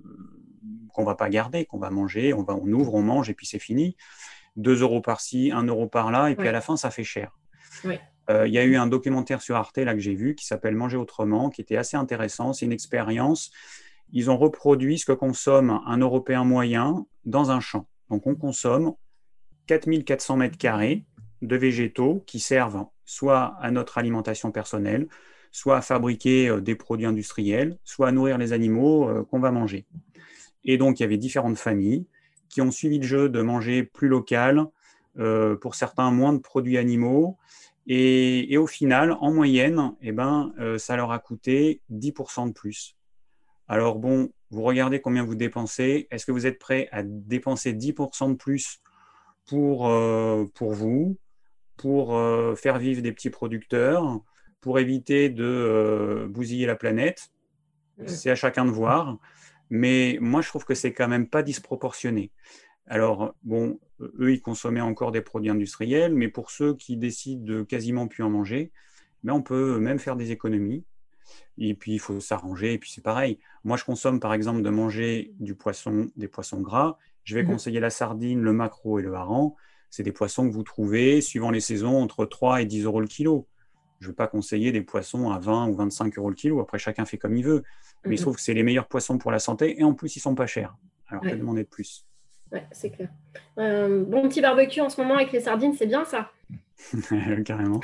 qu'on va pas garder, qu'on va manger, on va, on ouvre, on mange et puis c'est fini. Deux euros par-ci, un euro par-là, et puis Ouais. à la fin ça fait cher. Ouais. Euh, il y a eu un documentaire sur Arte là que j'ai vu qui s'appelle Manger autrement, qui était assez intéressant. C'est une expérience. Ils ont reproduit ce que consomme un Européen moyen dans un champ. Donc on consomme quatre mille quatre cents mètres carrés de végétaux qui servent soit à notre alimentation personnelle, soit à fabriquer euh, des produits industriels, soit à nourrir les animaux euh, qu'on va manger. Et donc il y avait différentes familles qui ont suivi le jeu de manger plus local, euh, pour certains moins de produits animaux. Et, et au final, en moyenne, eh ben, euh, ça leur a coûté dix pour cent de plus. Alors bon, vous regardez combien vous dépensez. Est-ce que vous êtes prêt à dépenser dix pour cent de plus pour, euh, pour vous, pour euh, faire vivre des petits producteurs, pour éviter de euh, bousiller la planète? C'est à chacun de voir. Mais moi, je trouve que c'est quand même pas disproportionné. Alors, bon, eux, ils consommaient encore des produits industriels, mais pour ceux qui décident de quasiment plus en manger, ben on peut même faire des économies. Et puis, il faut s'arranger. Et puis, c'est pareil. Moi, je consomme, par exemple, de manger du poisson, des poissons gras. Je vais conseiller la sardine, le maquereau et le hareng. C'est des poissons que vous trouvez, suivant les saisons, entre trois et dix euros le kilo. Je ne vais pas conseiller des poissons à vingt ou vingt-cinq euros le kilo. Après, chacun fait comme il veut. Mais il se trouve que c'est les meilleurs poissons pour la santé. Et en plus, ils ne sont pas chers. Alors, que Ouais. demander de plus? Ouais, c'est clair. Euh, bon petit barbecue en ce moment avec les sardines, c'est bien ça. Carrément.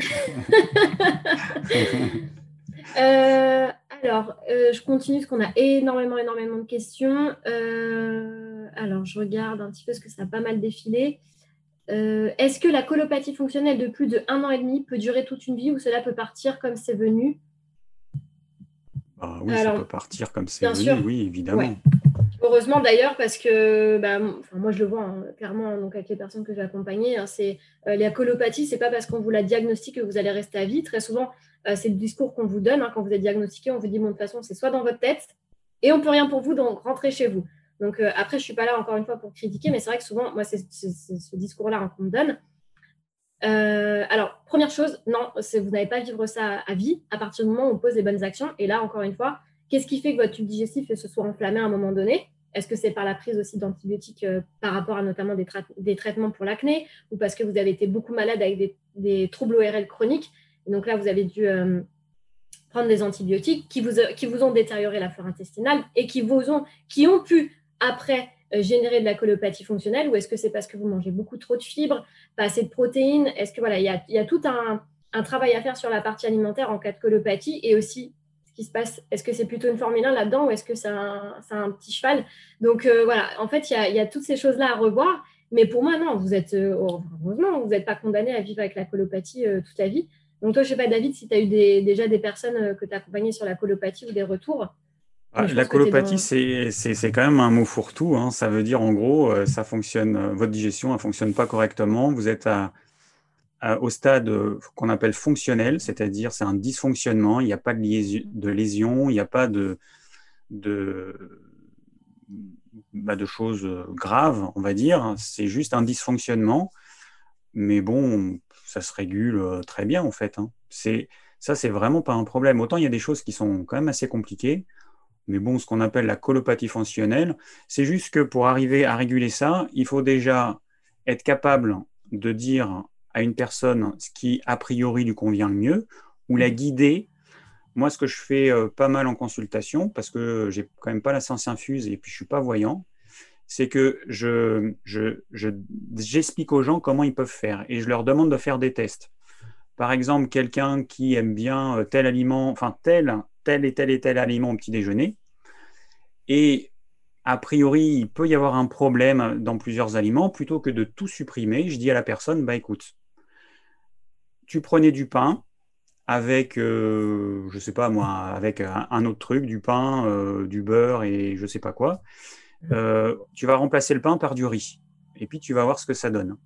euh, alors, euh, je continue parce qu'on a énormément, énormément de questions. Euh, alors, je regarde un petit peu parce que ça a pas mal défilé. Euh, Est-ce que la colopathie fonctionnelle de plus de un an et demi peut durer toute une vie ou cela peut partir comme c'est venu? Bah oui, Alors, ça peut partir comme c'est bien venu, sûr, oui, ouais. évidemment. Heureusement d'ailleurs parce que bah, enfin, moi je le vois hein, clairement donc, avec les personnes que j'ai accompagnées, hein, c'est, euh, la colopathie, c'est pas parce qu'on vous la diagnostique que vous allez rester à vie. Très souvent, euh, c'est le discours qu'on vous donne hein, quand vous êtes diagnostiqué. On vous dit bon, de toute façon, c'est soit dans votre tête et on peut rien pour vous, donc rentrez chez vous. Donc euh, après, je suis pas là encore une fois pour critiquer, mais c'est vrai que souvent, moi, c'est, c'est, c'est ce discours-là hein, qu'on me donne. Euh, alors, première chose, non, vous n'allez pas vivre ça à vie à partir du moment où on pose les bonnes actions. Et là, encore une fois, qu'est-ce qui fait que votre tube digestif se soit enflammé à un moment donné? Est-ce que c'est par la prise aussi d'antibiotiques euh, par rapport à notamment des, tra- des traitements pour l'acné ou parce que vous avez été beaucoup malade avec des, des troubles O R L chroniques? Et donc là, vous avez dû euh, prendre des antibiotiques qui vous, qui vous ont détérioré la flore intestinale et qui, vous ont, qui ont pu, après, euh, générer de la colopathie fonctionnelle? Ou est-ce que c'est parce que vous mangez beaucoup trop de fibres, pas assez de protéines? Est-ce que voilà, il y a, y a tout un, un travail à faire sur la partie alimentaire en cas de colopathie et aussi qui se passe, est-ce que c'est plutôt une Formule un là-dedans ou est-ce que c'est un, c'est un petit cheval? Donc euh, voilà, en fait, il y a, y a toutes ces choses-là à revoir. Mais pour moi, non, vous êtes, euh, heureusement, vous n'êtes pas condamné à vivre avec la colopathie euh, toute la vie. Donc toi, je ne sais pas, David, si tu as eu des, déjà des personnes euh, que tu as accompagnées sur la colopathie ou des retours. Ah, Mais je la pense que tu es colopathie, dans... c'est, c'est, c'est quand même un mot fourre-tout, hein. Ça veut dire, en gros, euh, ça fonctionne, euh, votre digestion ne fonctionne pas correctement. Vous êtes à, à- au stade euh, qu'on appelle fonctionnel, c'est-à-dire c'est un dysfonctionnement. Il n'y a pas de, liaison- de lésion, il n'y a pas de, de, bah, de choses graves, on va dire. C'est juste un dysfonctionnement. Mais bon, ça se régule très bien, en fait. Hein. C'est, ça, c'est vraiment pas un problème. Autant il y a des choses qui sont quand même assez compliquées. Mais bon, ce qu'on appelle la colopathie fonctionnelle, c'est juste que pour arriver à réguler ça, il faut déjà être capable de dire à une personne ce qui, a priori, lui convient le mieux, ou la guider. Moi, ce que je fais euh, pas mal en consultation, parce que j'ai quand même pas la science infuse et puis je suis pas voyant, c'est que je, je, je, j'explique aux gens comment ils peuvent faire et je leur demande de faire des tests. Par exemple, quelqu'un qui aime bien tel aliment, enfin tel, tel et tel et tel aliment au petit déjeuner, et a priori, il peut y avoir un problème dans plusieurs aliments, plutôt que de tout supprimer, je dis à la personne, bah écoute, tu prenais du pain avec, euh, je sais pas moi, avec un, un autre truc, du pain, euh, du beurre et je sais pas quoi. Euh, tu vas remplacer le pain par du riz. Et puis tu vas voir ce que ça donne.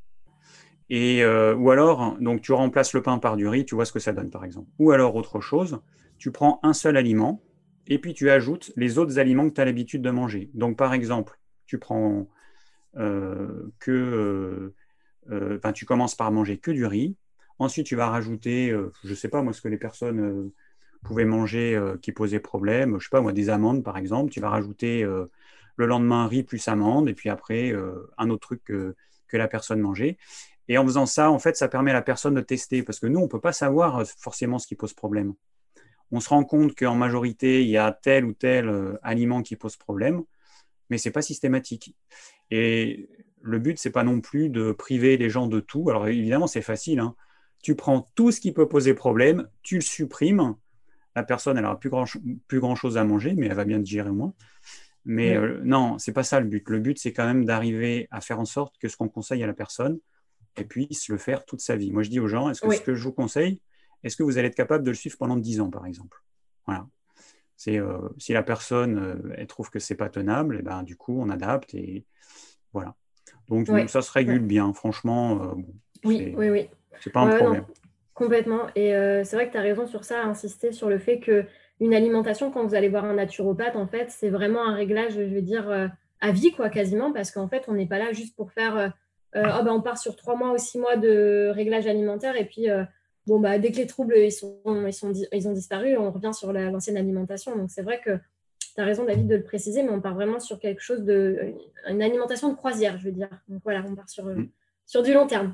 Et, euh, ou alors, donc tu remplaces le pain par du riz, tu vois ce que ça donne par exemple. Ou alors autre chose, tu prends un seul aliment et puis tu ajoutes les autres aliments que tu as l'habitude de manger. Donc par exemple, tu prends euh, que, euh, euh, enfin, tu commences par manger que du riz. Ensuite, tu vas rajouter, euh, je ne sais pas moi, ce que les personnes euh, pouvaient manger euh, qui posait problème, je ne sais pas moi, des amandes par exemple. Tu vas rajouter euh, le lendemain riz plus amandes, et puis après euh, un autre truc que, que la personne mangeait. Et en faisant ça, en fait, ça permet à la personne de tester, parce que nous, on ne peut pas savoir euh, forcément ce qui pose problème. On se rend compte qu'en majorité, il y a tel ou tel euh, aliment qui pose problème, mais ce n'est pas systématique. Et le but, c'est pas non plus de priver les gens de tout. Alors évidemment, c'est facile. Hein. Tu prends tout ce qui peut poser problème, tu le supprimes. La personne, elle n'aura plus grand, plus grand chose à manger, mais elle va bien digérer au moins. Mais Oui, euh, non, c'est pas ça le but. Le but, c'est quand même d'arriver à faire en sorte que ce qu'on conseille à la personne, elle puisse le faire toute sa vie. Moi, je dis aux gens, est-ce que ce oui, que je vous conseille, est-ce que vous allez être capable de le suivre pendant dix ans, par exemple? Voilà. C'est, euh, si la personne, euh, elle trouve que c'est pas tenable, et ben, du coup, on adapte et voilà. Donc, oui, ça se ouais. régule bien. Franchement, euh, bon, Oui, c'est, oui, oui. c'est pas un Ouais, ouais, non, problème. complètement. Et euh, c'est vrai que tu as raison sur ça, insister sur le fait que une alimentation, quand vous allez voir un naturopathe, en fait, c'est vraiment un réglage, je veux dire, euh, à vie, quoi, quasiment, parce qu'en fait, on n'est pas là juste pour faire, euh, euh, oh, ben, on part sur trois mois ou six mois de réglage alimentaire, et puis, euh, bon, bah, dès que les troubles, ils, sont, ils, sont, ils ont disparu, on revient sur la- l'ancienne alimentation. Donc, c'est vrai que tu as raison, David, de le préciser, mais on part vraiment sur quelque chose de, une alimentation de croisière, je veux dire. Donc, voilà, on part sur, euh, Mm. sur du long terme.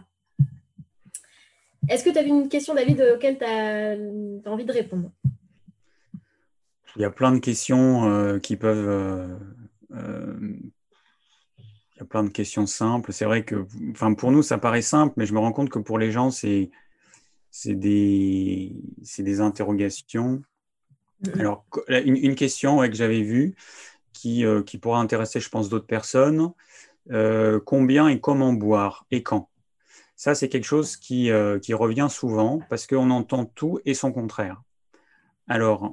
Est-ce que tu avais une question, David, auquel tu as envie de répondre? Il y a plein de questions euh, qui peuvent. Euh, euh, il y a plein de questions simples. C'est vrai que, enfin, pour nous, ça paraît simple, mais je me rends compte que pour les gens, c'est, c'est des, c'est des interrogations. Mhm. Alors, une, une question ouais, que j'avais vue qui, euh, qui pourra intéresser, je pense, d'autres personnes. Euh, combien et comment boire et quand? Ça, c'est quelque chose qui, euh, qui revient souvent parce qu'on entend tout et son contraire. Alors,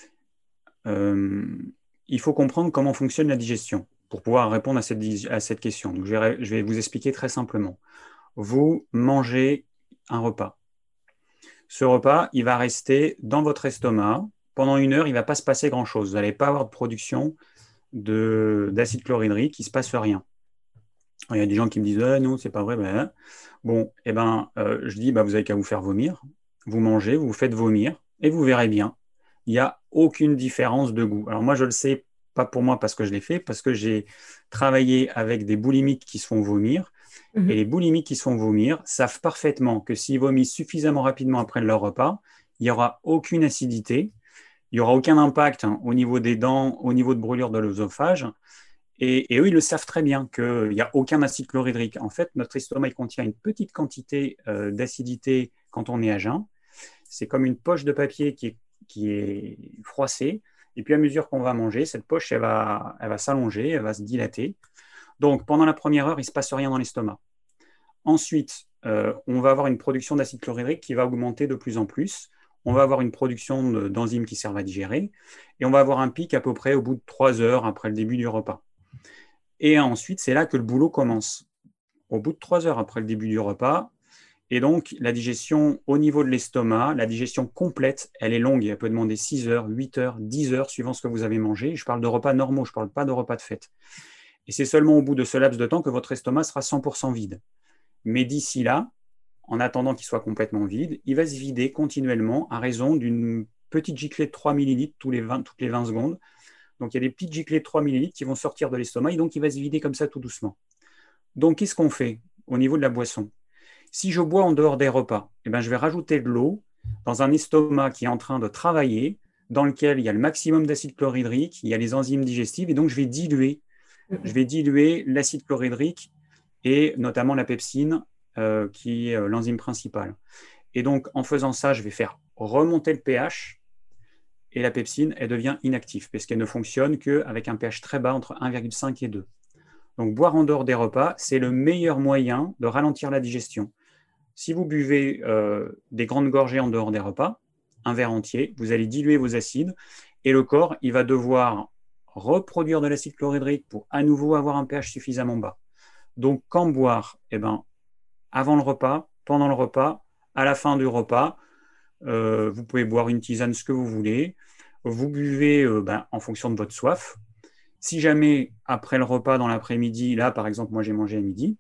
euh, il faut comprendre comment fonctionne la digestion pour pouvoir répondre à cette, à cette question. Donc, je vais, je vais vous expliquer très simplement. Vous mangez un repas. Ce repas, il va rester dans votre estomac. Pendant une heure, il ne va pas se passer grand-chose. Vous n'allez pas avoir de production de, d'acide chlorhydrique, il ne se passe rien. Il y a des gens qui me disent ah, non, c'est pas vrai. Ben, bon, eh ben, euh, je dis bah, vous avez qu'à vous faire vomir. Vous mangez, vous vous faites vomir et vous verrez bien. Il n'y a aucune différence de goût. Alors moi, je le sais pas pour moi parce que je l'ai fait, parce que j'ai travaillé avec des boulimiques qui se font vomir. Et les Mhm. boulimiques qui se font vomir savent parfaitement que s'ils vomissent suffisamment rapidement après leur repas, il n'y aura aucune acidité, il n'y aura aucun impact hein, au niveau des dents, au niveau de brûlure de l'œsophage. Et, et, eux, ils le savent très bien qu'il n'y a aucun acide chlorhydrique. En fait, notre estomac il contient une petite quantité euh, d'acidité quand on est à jeun. C'est comme une poche de papier qui est, qui est froissée. Et puis, à mesure qu'on va manger, cette poche, elle va, elle va s'allonger, elle va se dilater. Donc, pendant la première heure, il ne se passe rien dans l'estomac. Ensuite, euh, on va avoir une production d'acide chlorhydrique qui va augmenter de plus en plus. On va avoir une production d'enzymes qui servent à digérer. Et on va avoir un pic à peu près au bout de trois heures après le début du repas. Et ensuite, c'est là que le boulot commence. Au bout de trois heures après le début du repas, Et donc, la digestion au niveau de l'estomac, la digestion complète, elle est longue. Elle peut demander six heures, huit heures, dix heures, suivant ce que vous avez mangé. Je parle de repas normaux, je ne parle pas de repas de fête. Et c'est seulement au bout de ce laps de temps que votre estomac sera cent pour cent vide. Mais d'ici là, en attendant qu'il soit complètement vide, il va se vider continuellement à raison d'une petite giclée de trois millilitres tous les vingt, toutes les vingt secondes. Donc, il y a des petites giclées de trois millilitres qui vont sortir de l'estomac et donc il va se vider comme ça tout doucement. Donc, qu'est-ce qu'on fait au niveau de la boisson ? Si je bois en dehors des repas, eh bien, je vais rajouter de l'eau dans un estomac qui est en train de travailler, dans lequel il y a le maximum d'acide chlorhydrique, il y a les enzymes digestives, et donc je vais diluer, je vais diluer l'acide chlorhydrique et notamment la pepsine, euh, qui est l'enzyme principale. Et donc, en faisant ça, je vais faire remonter le pH, et la pepsine, elle devient inactive, parce qu'elle ne fonctionne qu'avec un pH très bas, entre un virgule cinq et deux. Donc, boire en dehors des repas, c'est le meilleur moyen de ralentir la digestion. Si vous buvez euh, des grandes gorgées en dehors des repas, un verre entier, vous allez diluer vos acides et le corps, il va devoir reproduire de l'acide chlorhydrique pour à nouveau avoir un pH suffisamment bas. Donc, quand boire ? Eh ben, avant le repas, pendant le repas, à la fin du repas, euh, vous pouvez boire une tisane, ce que vous voulez. Vous buvez euh, ben, en fonction de votre soif. Si jamais, après le repas, dans l'après-midi, là, par exemple, moi, j'ai mangé à midi,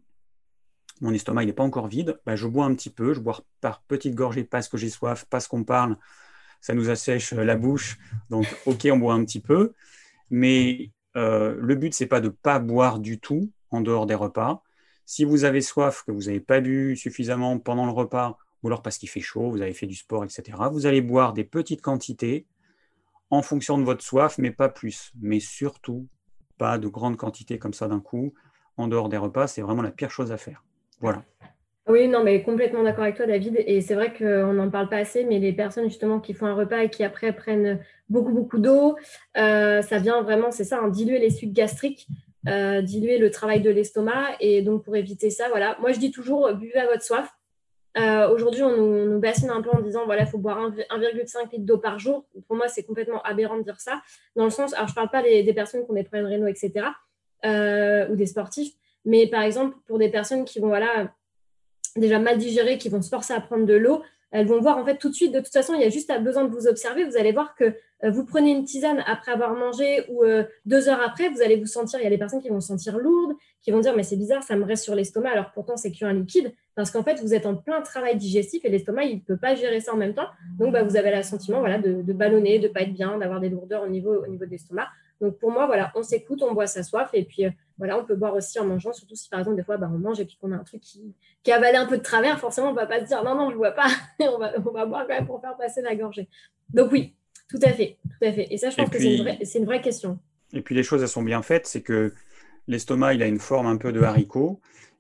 mon estomac n'est pas encore vide, bah, je bois un petit peu, je bois par petites gorgées parce que j'ai soif, parce qu'on parle, ça nous assèche la bouche, donc ok, on boit un petit peu, mais euh, le but, ce n'est pas de ne pas boire du tout en dehors des repas. Si vous avez soif, que vous n'avez pas bu suffisamment pendant le repas, ou alors parce qu'il fait chaud, vous avez fait du sport, et cetera, vous allez boire des petites quantités en fonction de votre soif, mais pas plus. Mais surtout, pas de grandes quantités comme ça d'un coup. En dehors des repas, c'est vraiment la pire chose à faire. Voilà. Oui, non, mais complètement d'accord avec toi, David. Et c'est vrai qu'on n'en parle pas assez, mais les personnes justement qui font un repas et qui après prennent beaucoup, beaucoup d'eau, euh, ça vient vraiment, c'est ça, hein, diluer les sucs gastriques, euh, diluer le travail de l'estomac. Et donc, pour éviter ça, voilà. Moi, je dis toujours, buvez à votre soif. Euh, aujourd'hui, on nous, on nous bassine un peu en disant, voilà, il faut boire un virgule cinq litres d'eau par jour. Pour moi, c'est complètement aberrant de dire ça. Dans le sens, alors je ne parle pas des, des personnes qui ont des problèmes rénaux, et cetera, euh, ou des sportifs, mais par exemple, pour des personnes qui vont, voilà, déjà mal digérées, qui vont se forcer à prendre de l'eau, elles vont voir en fait tout de suite, de toute façon, il y a juste besoin de vous observer, vous allez voir que euh, vous prenez une tisane après avoir mangé ou euh, deux heures après, vous allez vous sentir, il y a des personnes qui vont se sentir lourdes, qui vont dire mais c'est bizarre, ça me reste sur l'estomac, alors pourtant c'est qu'un liquide, parce qu'en fait vous êtes en plein travail digestif et l'estomac il ne peut pas gérer ça en même temps, donc bah, vous avez le sentiment voilà, de, de ballonner, de ne pas être bien, d'avoir des lourdeurs au niveau, au niveau de l'estomac. Donc pour moi, voilà, on s'écoute, on boit sa soif et puis euh, voilà, on peut boire aussi en mangeant, surtout si par exemple des fois bah, on mange et puis qu'on a un truc qui, qui a avalé un peu de travers, forcément on ne va pas se dire non, non, je ne bois pas, on, va, on va boire quand même pour faire passer la gorgée. Donc oui, tout à fait, tout à fait. Et ça, je pense puis, que c'est une, vraie, c'est une vraie question. Et puis les choses, elles sont bien faites, c'est que l'estomac, il a une forme un peu de haricot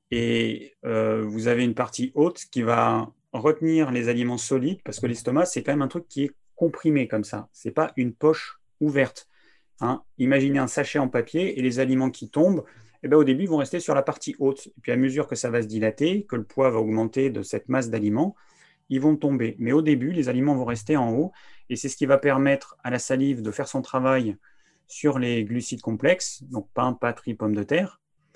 et euh, vous avez une partie haute qui va retenir les aliments solides parce que l'estomac, c'est quand même un truc qui est comprimé comme ça. Ce n'est pas une poche ouverte. Hein. Imaginez un sachet en papier et les aliments qui tombent, eh bien, au début, ils vont rester sur la partie haute. Et puis à mesure que ça va se dilater, que le poids va augmenter de cette masse d'aliments, ils vont tomber. Mais au début, les aliments vont rester en haut et c'est ce qui va permettre à la salive de faire son travail sur les glucides complexes, donc pain, pâtes, riz, pommes de terre.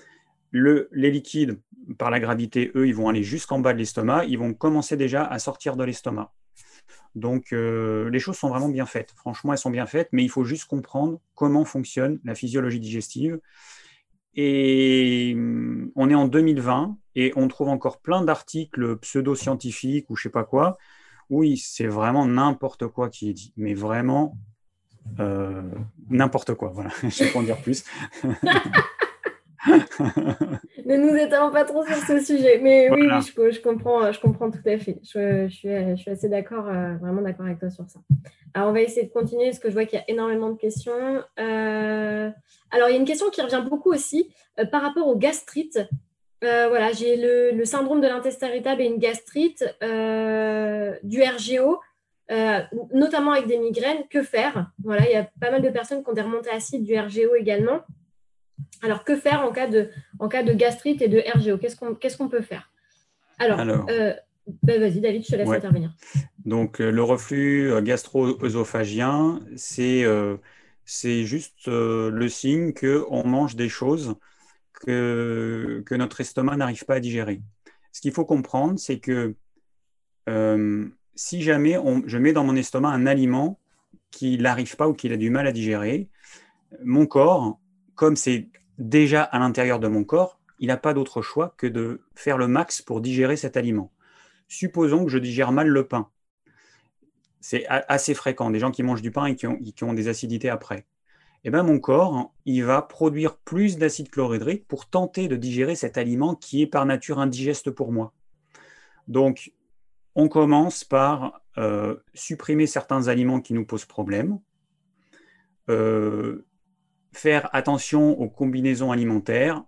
Le, les liquides, par la gravité, eux, ils vont aller jusqu'en bas de l'estomac, ils vont commencer déjà à sortir de l'estomac. Donc, euh, les choses sont vraiment bien faites. Franchement, elles sont bien faites, mais il faut juste comprendre comment fonctionne la physiologie digestive. Et on est en deux mille vingt et on trouve encore plein d'articles pseudo-scientifiques ou je ne sais pas quoi, où c'est vraiment n'importe quoi qui est dit. Mais vraiment, euh, n'importe quoi. Voilà, je ne sais pas en dire plus. Ne nous étalons pas trop sur ce sujet. Mais voilà. oui, oui je, je, comprends, je comprends tout à fait. Je, je, suis, je suis assez d'accord, euh, vraiment d'accord avec toi sur ça. Alors, on va essayer de continuer parce que je vois qu'il y a énormément de questions. Euh, alors, il y a une question qui revient beaucoup aussi euh, par rapport aux gastrites. Euh, voilà, j'ai le, le syndrome de l'intestin irritable et une gastrite, euh, du R G O, euh, notamment avec des migraines. Que faire? Voilà, il y a pas mal de personnes qui ont des remontées acides du R G O également. Alors, que faire en cas de, en cas de gastrite et de R G O? Qu'est-ce qu'on, qu'est-ce qu'on peut faire? Alors, Alors euh, ben vas-y, David, je te laisse ouais. intervenir. Donc, euh, le reflux gastro-œsophagien, c'est, euh, c'est juste euh, le signe qu'on mange des choses que, que notre estomac n'arrive pas à digérer. Ce qu'il faut comprendre, c'est que euh, si jamais on, je mets dans mon estomac un aliment qu'il n'arrive pas ou qu'il a du mal à digérer, mon corps, comme c'est déjà à l'intérieur de mon corps, il n'a pas d'autre choix que de faire le max pour digérer cet aliment. Supposons que je digère mal le pain. C'est assez fréquent, des gens qui mangent du pain et qui ont, qui ont des acidités après. Eh ben, mon corps, il va produire plus d'acide chlorhydrique pour tenter de digérer cet aliment qui est par nature indigeste pour moi. Donc, on commence par euh, supprimer certains aliments qui nous posent problème, euh, faire attention aux combinaisons alimentaires.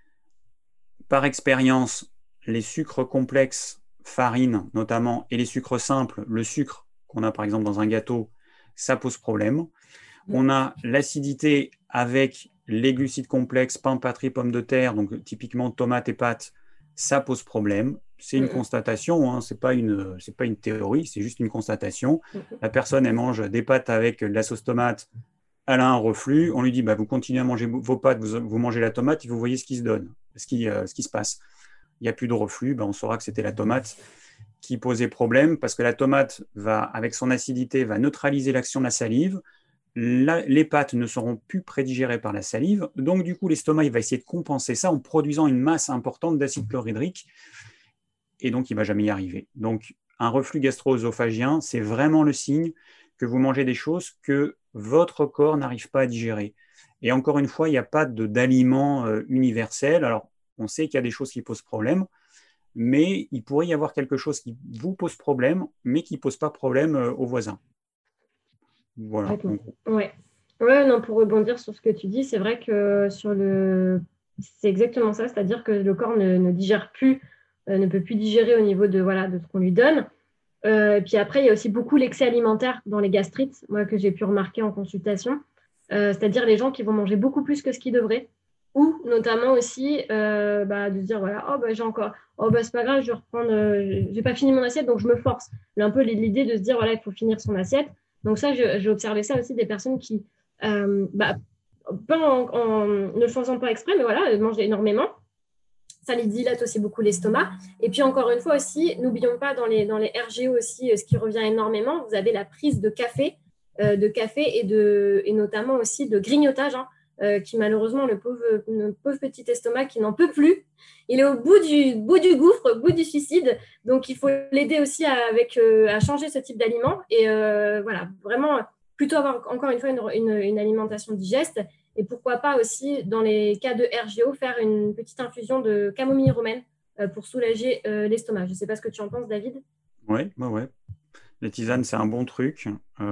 Par expérience, les sucres complexes, farine notamment, et les sucres simples, le sucre qu'on a par exemple dans un gâteau, ça pose problème. On a l'acidité avec les glucides complexes, pain, patrie, pommes de terre, donc typiquement tomates et pâtes, ça pose problème. C'est une constatation, hein, ce n'est pas une, c'est pas une théorie, c'est juste une constatation. La personne, elle mange des pâtes avec de la sauce tomate, elle a un reflux, on lui dit bah, vous continuez à manger vos pâtes, vous, vous mangez la tomate et vous voyez ce qui se donne, ce qui, euh, ce qui se passe. Il n'y a plus de reflux, bah, on saura que c'était la tomate qui posait problème parce que la tomate, va, avec son acidité, va neutraliser l'action de la salive. La, les pâtes ne seront plus prédigérées par la salive, donc du coup l'estomac il va essayer de compenser ça en produisant une masse importante d'acide chlorhydrique et donc il ne va jamais y arriver. Donc un reflux gastro-œsophagien, c'est vraiment le signe que vous mangez des choses que votre corps n'arrive pas à digérer. Et encore une fois, il n'y a pas de, d'aliment euh, universel. Alors on sait qu'il y a des choses qui posent problème, mais il pourrait y avoir quelque chose qui vous pose problème, mais qui ne pose pas problème euh, aux voisins. Voilà. Ouais. Ouais, non, pour rebondir sur ce que tu dis, c'est vrai que sur le, c'est exactement ça, c'est-à-dire que le corps ne, ne digère plus, euh, ne peut plus digérer au niveau de voilà de ce qu'on lui donne. Euh, et puis après, il y a aussi beaucoup l'excès alimentaire dans les gastrites, moi que j'ai pu remarquer en consultation, euh, c'est-à-dire les gens qui vont manger beaucoup plus que ce qu'ils devraient, ou notamment aussi euh, bah, de se dire voilà, oh bah j'ai encore, oh bah c'est pas grave, je vais reprendre, euh, j'ai pas fini mon assiette donc je me force. Un peu l'idée de se dire voilà, il faut finir son assiette. Donc ça, j'ai observé ça aussi des personnes qui, euh, bah, pas en, en, ne le faisant pas exprès, mais voilà, mangent énormément. Ça les dilate aussi beaucoup l'estomac. Et puis encore une fois aussi, n'oublions pas dans les, dans les R G O aussi, ce qui revient énormément, vous avez la prise de café, euh, de café et, de, et notamment aussi de grignotage, hein, euh, qui malheureusement, le pauvre, le pauvre petit estomac qui n'en peut plus, il est au bout du, bout du gouffre, au bout du suicide. Donc, il faut l'aider aussi à, avec, euh, à changer ce type d'aliment. Et euh, voilà, vraiment, plutôt avoir encore une fois une, une, une alimentation digeste. Et pourquoi pas aussi, dans les cas de R G O, faire une petite infusion de camomille romaine euh, pour soulager euh, l'estomac. Je ne sais pas ce que tu en penses, David. Oui, ouais, ouais. Les tisanes, c'est un bon truc.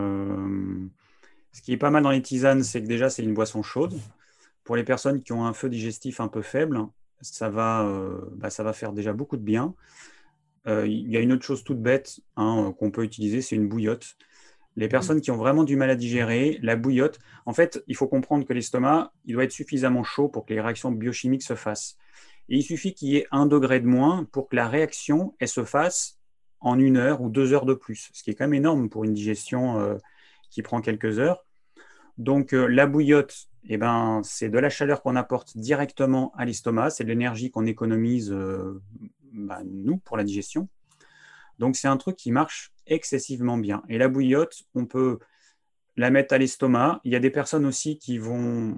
Euh, ce qui est pas mal dans les tisanes, c'est que déjà, c'est une boisson chaude. Pour les personnes qui ont un feu digestif un peu faible, ça va, euh, bah, ça va faire déjà beaucoup de bien. Euh, il y a une autre chose toute bête hein, qu'on peut utiliser, c'est une bouillotte. Les personnes qui ont vraiment du mal à digérer, la bouillotte, en fait, il faut comprendre que l'estomac, il doit être suffisamment chaud pour que les réactions biochimiques se fassent. Et il suffit qu'il y ait un degré de moins pour que la réaction, elle se fasse en une heure ou deux heures de plus, ce qui est quand même énorme pour une digestion euh, qui prend quelques heures. Donc, euh, la bouillotte, eh ben, c'est de la chaleur qu'on apporte directement à l'estomac, c'est de l'énergie qu'on économise, euh, bah, nous, pour la digestion. Donc, c'est un truc qui marche excessivement bien. Et la bouillotte, on peut la mettre à l'estomac. Il y a des personnes aussi qui vont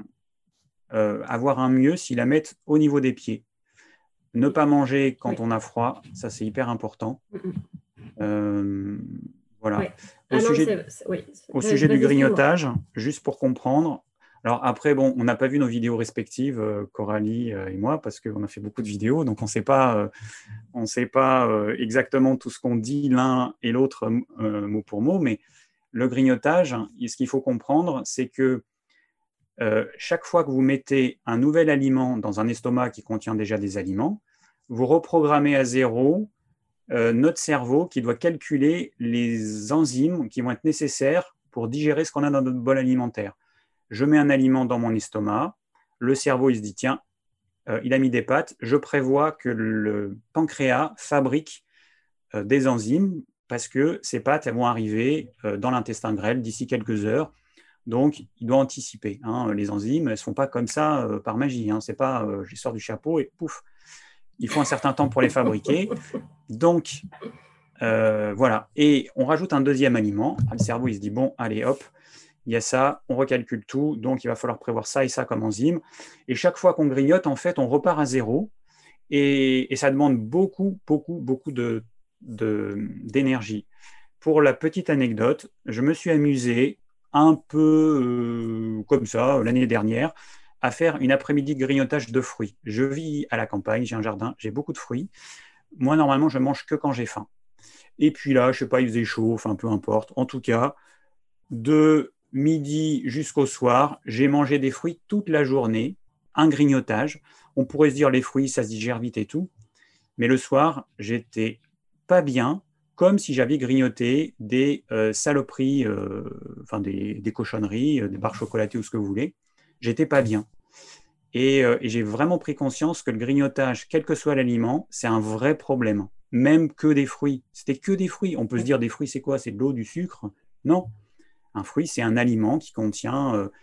euh, avoir un mieux s'ils la mettent au niveau des pieds. Ne pas manger quand oui. on a froid, ça c'est hyper important. Euh, voilà. Oui. Au ah sujet, non, c'est, c'est, oui. au sujet du grignotage, juste pour comprendre. Alors après, bon, on n'a pas vu nos vidéos respectives, euh, Coralie euh, et moi, parce qu'on a fait beaucoup de vidéos, donc on ne sait pas, euh, on sait pas euh, exactement tout ce qu'on dit l'un et l'autre euh, mot pour mot, mais le grignotage, ce qu'il faut comprendre, c'est que euh, chaque fois que vous mettez un nouvel aliment dans un estomac qui contient déjà des aliments, vous reprogrammez à zéro euh, notre cerveau qui doit calculer les enzymes qui vont être nécessaires pour digérer ce qu'on a dans notre bol alimentaire. Je mets un aliment dans mon estomac, le cerveau il se dit tiens, euh, il a mis des pâtes, je prévois que le pancréas fabrique euh, des enzymes parce que ces pâtes elles vont arriver euh, dans l'intestin grêle d'ici quelques heures. Donc, il doit anticiper. Hein. Les enzymes, elles ne se font pas comme ça euh, par magie. Hein. Ce n'est pas euh, je sors du chapeau et pouf. Il faut un certain temps pour les fabriquer. Donc, Euh, voilà. Et on rajoute un deuxième aliment. Le cerveau, il se dit, bon, allez, hop, il y a ça, on recalcule tout, donc il va falloir prévoir ça et ça comme enzyme. Et chaque fois qu'on grignote, en fait, on repart à zéro. Et, et ça demande beaucoup, beaucoup, beaucoup de, de, d'énergie. Pour la petite anecdote, je me suis amusé un peu euh, comme ça l'année dernière à faire une après-midi de grignotage de fruits. Je vis à la campagne, j'ai un jardin, j'ai beaucoup de fruits. Moi, normalement, je mange que quand j'ai faim. Et puis là, je sais pas, il faisait chaud, enfin peu importe. En tout cas, de midi jusqu'au soir, j'ai mangé des fruits toute la journée, un grignotage. On pourrait se dire les fruits, ça se digère vite et tout. Mais le soir, j'étais pas bien, comme si j'avais grignoté des euh, saloperies, euh, enfin des, des cochonneries, euh, des barres chocolatées ou ce que vous voulez. J'étais pas bien. Et, euh, et j'ai vraiment pris conscience que le grignotage, quel que soit l'aliment, c'est un vrai problème. Même que des fruits. C'était que des fruits. On peut se dire des fruits, c'est quoi? C'est de l'eau, du sucre? Non. Un fruit, c'est un aliment qui contient euh,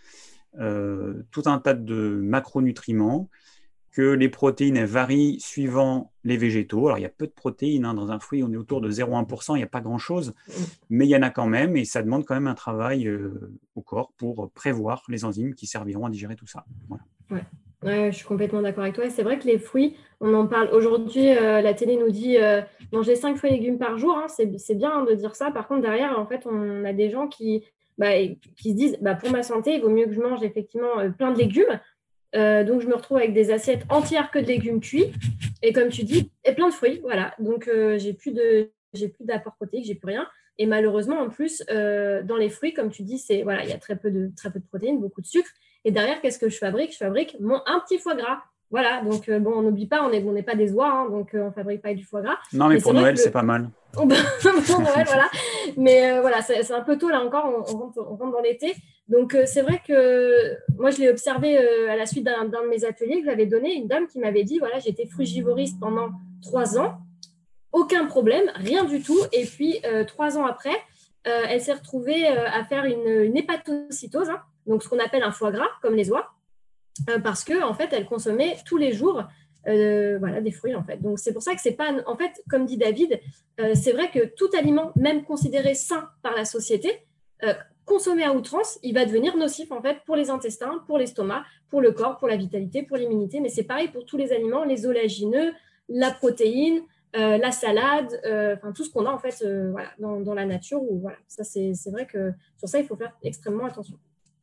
euh, tout un tas de macronutriments, que les protéines elles varient suivant les végétaux. Alors, il y a peu de protéines hein, dans un fruit, on est autour de zéro virgule un pour cent, il n'y a pas grand-chose, mais il y en a quand même, et ça demande quand même un travail euh, au corps pour prévoir les enzymes qui serviront à digérer tout ça. Voilà. Ouais. Ouais, je suis complètement d'accord avec toi. C'est vrai que les fruits, on en parle aujourd'hui, euh, la télé nous dit euh, manger cinq fruits et légumes par jour. Hein, c'est, c'est bien hein, de dire ça. Par contre, derrière, en fait, on a des gens qui, bah, qui se disent bah, pour ma santé, il vaut mieux que je mange effectivement euh, plein de légumes. Euh, donc, je me retrouve avec des assiettes entières que de légumes cuits. Et comme tu dis, et plein de fruits. Voilà. Donc, euh, j'ai plus de, j'ai plus d'apport protéique, j'ai plus rien. Et malheureusement, en plus, euh, dans les fruits, comme tu dis, c'est voilà, il y a très peu de, très peu de protéines, beaucoup de sucre. Et derrière, qu'est-ce que je fabrique? Je fabrique mon, un petit foie gras. Voilà, donc euh, bon, on n'oublie pas, on n'est on n'est pas des oies, hein, donc euh, on ne fabrique pas du foie gras. Non, mais, mais pour Noël, le... c'est pas mal. pour Noël, voilà. Mais euh, voilà, c'est, c'est un peu tôt là encore, on, on, rentre, on rentre dans l'été. Donc euh, c'est vrai que moi, je l'ai observé euh, à la suite d'un, d'un de mes ateliers que j'avais donné, une dame qui m'avait dit, voilà, j'étais frugivoriste pendant trois ans, aucun problème, rien du tout. Et puis, euh, trois ans après, euh, elle s'est retrouvée euh, à faire une, une hépatocytose, hein, donc ce qu'on appelle un foie gras, comme les oies, euh, parce que en fait, elle consommait tous les jours euh, voilà, des fruits. En fait. Donc, c'est pour ça que c'est pas... En fait, comme dit David, euh, c'est vrai que tout aliment, même considéré sain par la société, euh, consommé à outrance, il va devenir nocif en fait pour les intestins, pour l'estomac, pour le corps, pour la vitalité, pour l'immunité. Mais c'est pareil pour tous les aliments, les oléagineux, la protéine, euh, la salade, euh, enfin tout ce qu'on a en fait euh, voilà, dans, dans la nature. Où, voilà, ça c'est, c'est vrai que sur ça il faut faire extrêmement attention.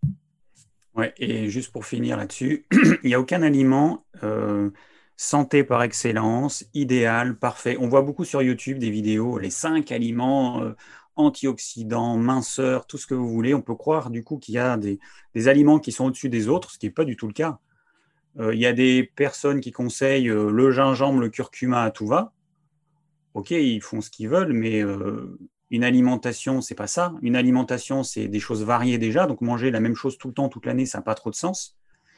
Ouais, et juste pour finir là-dessus, il n'y a aucun aliment euh, santé par excellence, idéal, parfait. On voit beaucoup sur YouTube des vidéos, les cinq aliments euh, antioxydants, minceurs, tout ce que vous voulez. On peut croire du coup qu'il y a des, des aliments qui sont au-dessus des autres, ce qui n'est pas du tout le cas. Euh, il y a des personnes qui conseillent euh, le gingembre, le curcuma à tout va. Ok, ils font ce qu'ils veulent, mais euh, une alimentation, c'est pas ça. Une alimentation, c'est des choses variées déjà. Donc manger la même chose tout le temps, toute l'année, ça n'a pas trop de sens.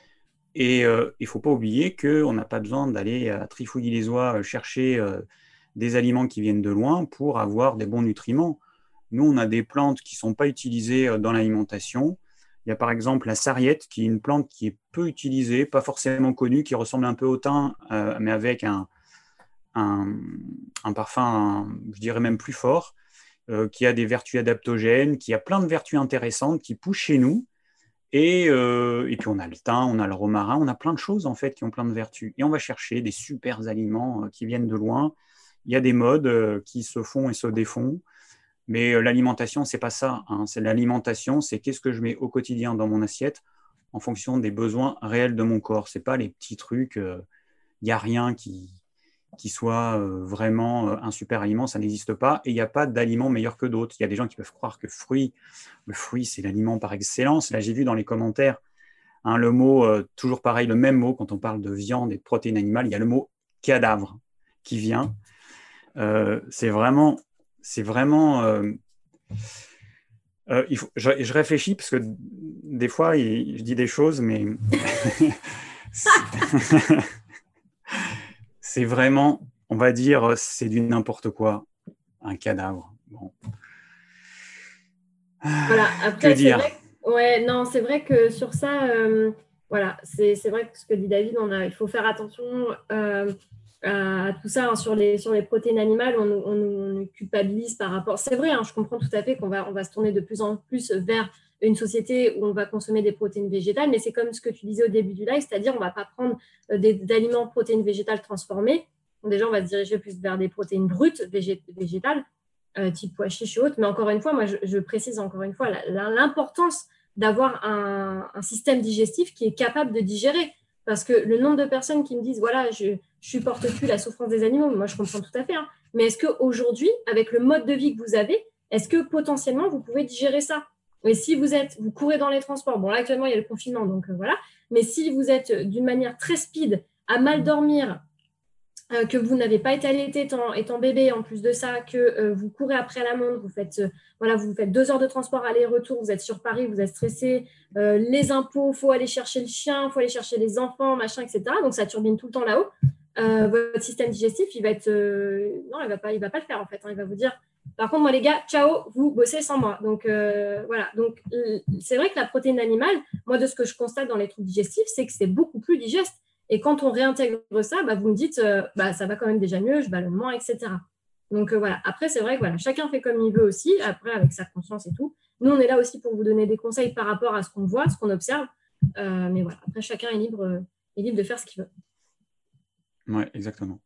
Et euh, il ne faut pas oublier qu'on n'a pas besoin d'aller à trifouiller les oies chercher euh, des aliments qui viennent de loin pour avoir des bons nutriments. Nous, on a des plantes qui ne sont pas utilisées dans l'alimentation. Il y a par exemple la sarriette, qui est une plante qui est peu utilisée, pas forcément connue, qui ressemble un peu au thym, euh, mais avec un, un, un parfum, un, je dirais même plus fort, euh, qui a des vertus adaptogènes, qui a plein de vertus intéressantes, qui poussent chez nous. Et, euh, et puis on a le thym, on a le romarin, on a plein de choses en fait qui ont plein de vertus. Et on va chercher des super aliments euh, qui viennent de loin. Il y a des modes euh, qui se font et se défont. Mais euh, l'alimentation, c'est pas ça. Hein. C'est l'alimentation, c'est qu'est-ce que je mets au quotidien dans mon assiette en fonction des besoins réels de mon corps. C'est pas les petits trucs. Il euh, n'y a rien qui, qui soit euh, vraiment euh, un super aliment, ça n'existe pas. Et il n'y a pas d'aliment meilleur que d'autres. Il y a des gens qui peuvent croire que fruit, le fruit, c'est l'aliment par excellence. Là, j'ai vu dans les commentaires hein, le mot, euh, toujours pareil, le même mot quand on parle de viande et de protéines animales, il y a le mot cadavre qui vient. Euh, c'est vraiment, c'est vraiment. Euh, euh, il faut, je, je réfléchis parce que des fois, il, je dis des choses, mais c'est vraiment, on va dire, c'est du n'importe quoi, un cadavre. Bon. Voilà, après, Que c'est dire? vrai, ouais, non, c'est vrai que sur ça, euh, voilà, c'est, c'est vrai que ce que dit David, on a, il faut faire attention. Euh, à tout ça, hein, sur, les, sur les protéines animales, on, on, on nous culpabilise par rapport. C'est vrai, hein, je comprends tout à fait qu'on va, on va se tourner de plus en plus vers une société où on va consommer des protéines végétales, mais c'est comme ce que tu disais au début du live, c'est-à-dire on ne va pas prendre euh, des, d'aliments protéines végétales transformés. Donc déjà, on va se diriger plus vers des protéines brutes végé, végétales, euh, type pois chiches et autres. Mais encore une fois, moi, je, je précise encore une fois la, la, l'importance d'avoir un, un système digestif qui est capable de digérer. Parce que le nombre de personnes qui me disent, voilà, je ne supporte plus la souffrance des animaux, moi je comprends tout à fait, hein. Mais est-ce qu'aujourd'hui, avec le mode de vie que vous avez, est-ce que potentiellement vous pouvez digérer ça? Et si vous êtes, vous courez dans les transports, bon là actuellement il y a le confinement, donc euh, voilà, mais si vous êtes d'une manière très speed, à mal dormir, euh, que vous n'avez pas été allaité étant, étant bébé, en plus de ça, que euh, vous courez après la montre, vous faites, euh, voilà, vous faites deux heures de transport aller-retour, vous êtes sur Paris, vous êtes stressé, euh, les impôts, il faut aller chercher le chien, il faut aller chercher les enfants, machin, et cetera. Donc ça turbine tout le temps là-haut. Euh, votre système digestif, il va être, euh, non, il va pas, il va pas le faire en fait, hein. Il va vous dire, par contre, moi les gars, ciao, vous bossez sans moi. Donc euh, voilà. Donc c'est vrai que la protéine animale, moi de ce que je constate dans les troubles digestifs, c'est que c'est beaucoup plus digeste. Et quand on réintègre ça, bah, vous me dites, euh, bah, ça va quand même déjà mieux, je ballonne moins, et cetera. Donc euh, voilà. Après, c'est vrai que voilà, chacun fait comme il veut aussi, après avec sa conscience et tout. Nous, on est là aussi pour vous donner des conseils par rapport à ce qu'on voit, ce qu'on observe. Euh, mais voilà, après, chacun est libre, euh, est libre de faire ce qu'il veut. Oui, exactement.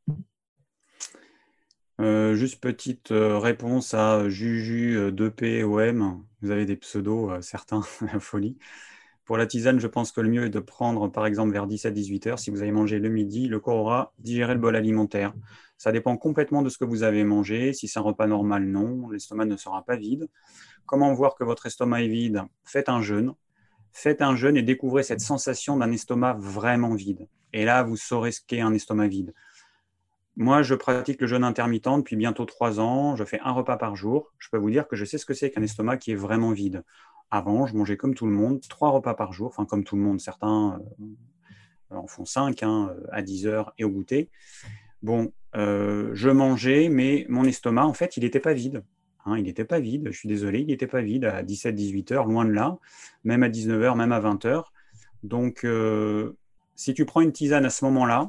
Euh, juste petite euh, réponse à Juju euh, deux P O M. Vous avez des pseudos, euh, certains, la folie. Pour la tisane, je pense que le mieux est de prendre, par exemple, vers dix-sept à dix-huit heures. Si vous avez mangé le midi, le corps aura digéré le bol alimentaire. Ça dépend complètement de ce que vous avez mangé. Si c'est un repas normal, non. L'estomac ne sera pas vide. Comment voir que votre estomac est vide? Faites un jeûne. Faites un jeûne et découvrez cette sensation d'un estomac vraiment vide. Et là, vous saurez ce qu'est un estomac vide. Moi, je pratique le jeûne intermittent depuis bientôt trois ans. Je fais un repas par jour. Je peux vous dire que je sais ce que c'est qu'un estomac qui est vraiment vide. Avant, je mangeais comme tout le monde, trois repas par jour. Enfin, comme tout le monde, certains euh, en font cinq, hein, à dix heures et au goûter. Bon, euh, je mangeais, mais mon estomac, en fait, il n'était pas vide. Hein, il n'était pas vide. Je suis désolé, il n'était pas vide à dix-sept, dix-huit heures, loin de là. Même à dix-neuf heures, même à vingt heures. Donc, euh, si tu prends une tisane à ce moment-là,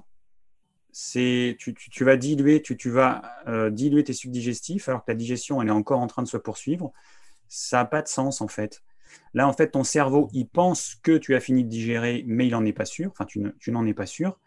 c'est, tu, tu, tu vas diluer, tu, tu vas euh, diluer tes sucs digestifs alors que ta digestion elle est encore en train de se poursuivre. Ça n'a pas de sens en fait. Là en fait ton cerveau il pense que tu as fini de digérer mais il n'en est pas sûr. Enfin tu, ne, tu n'en es pas sûr.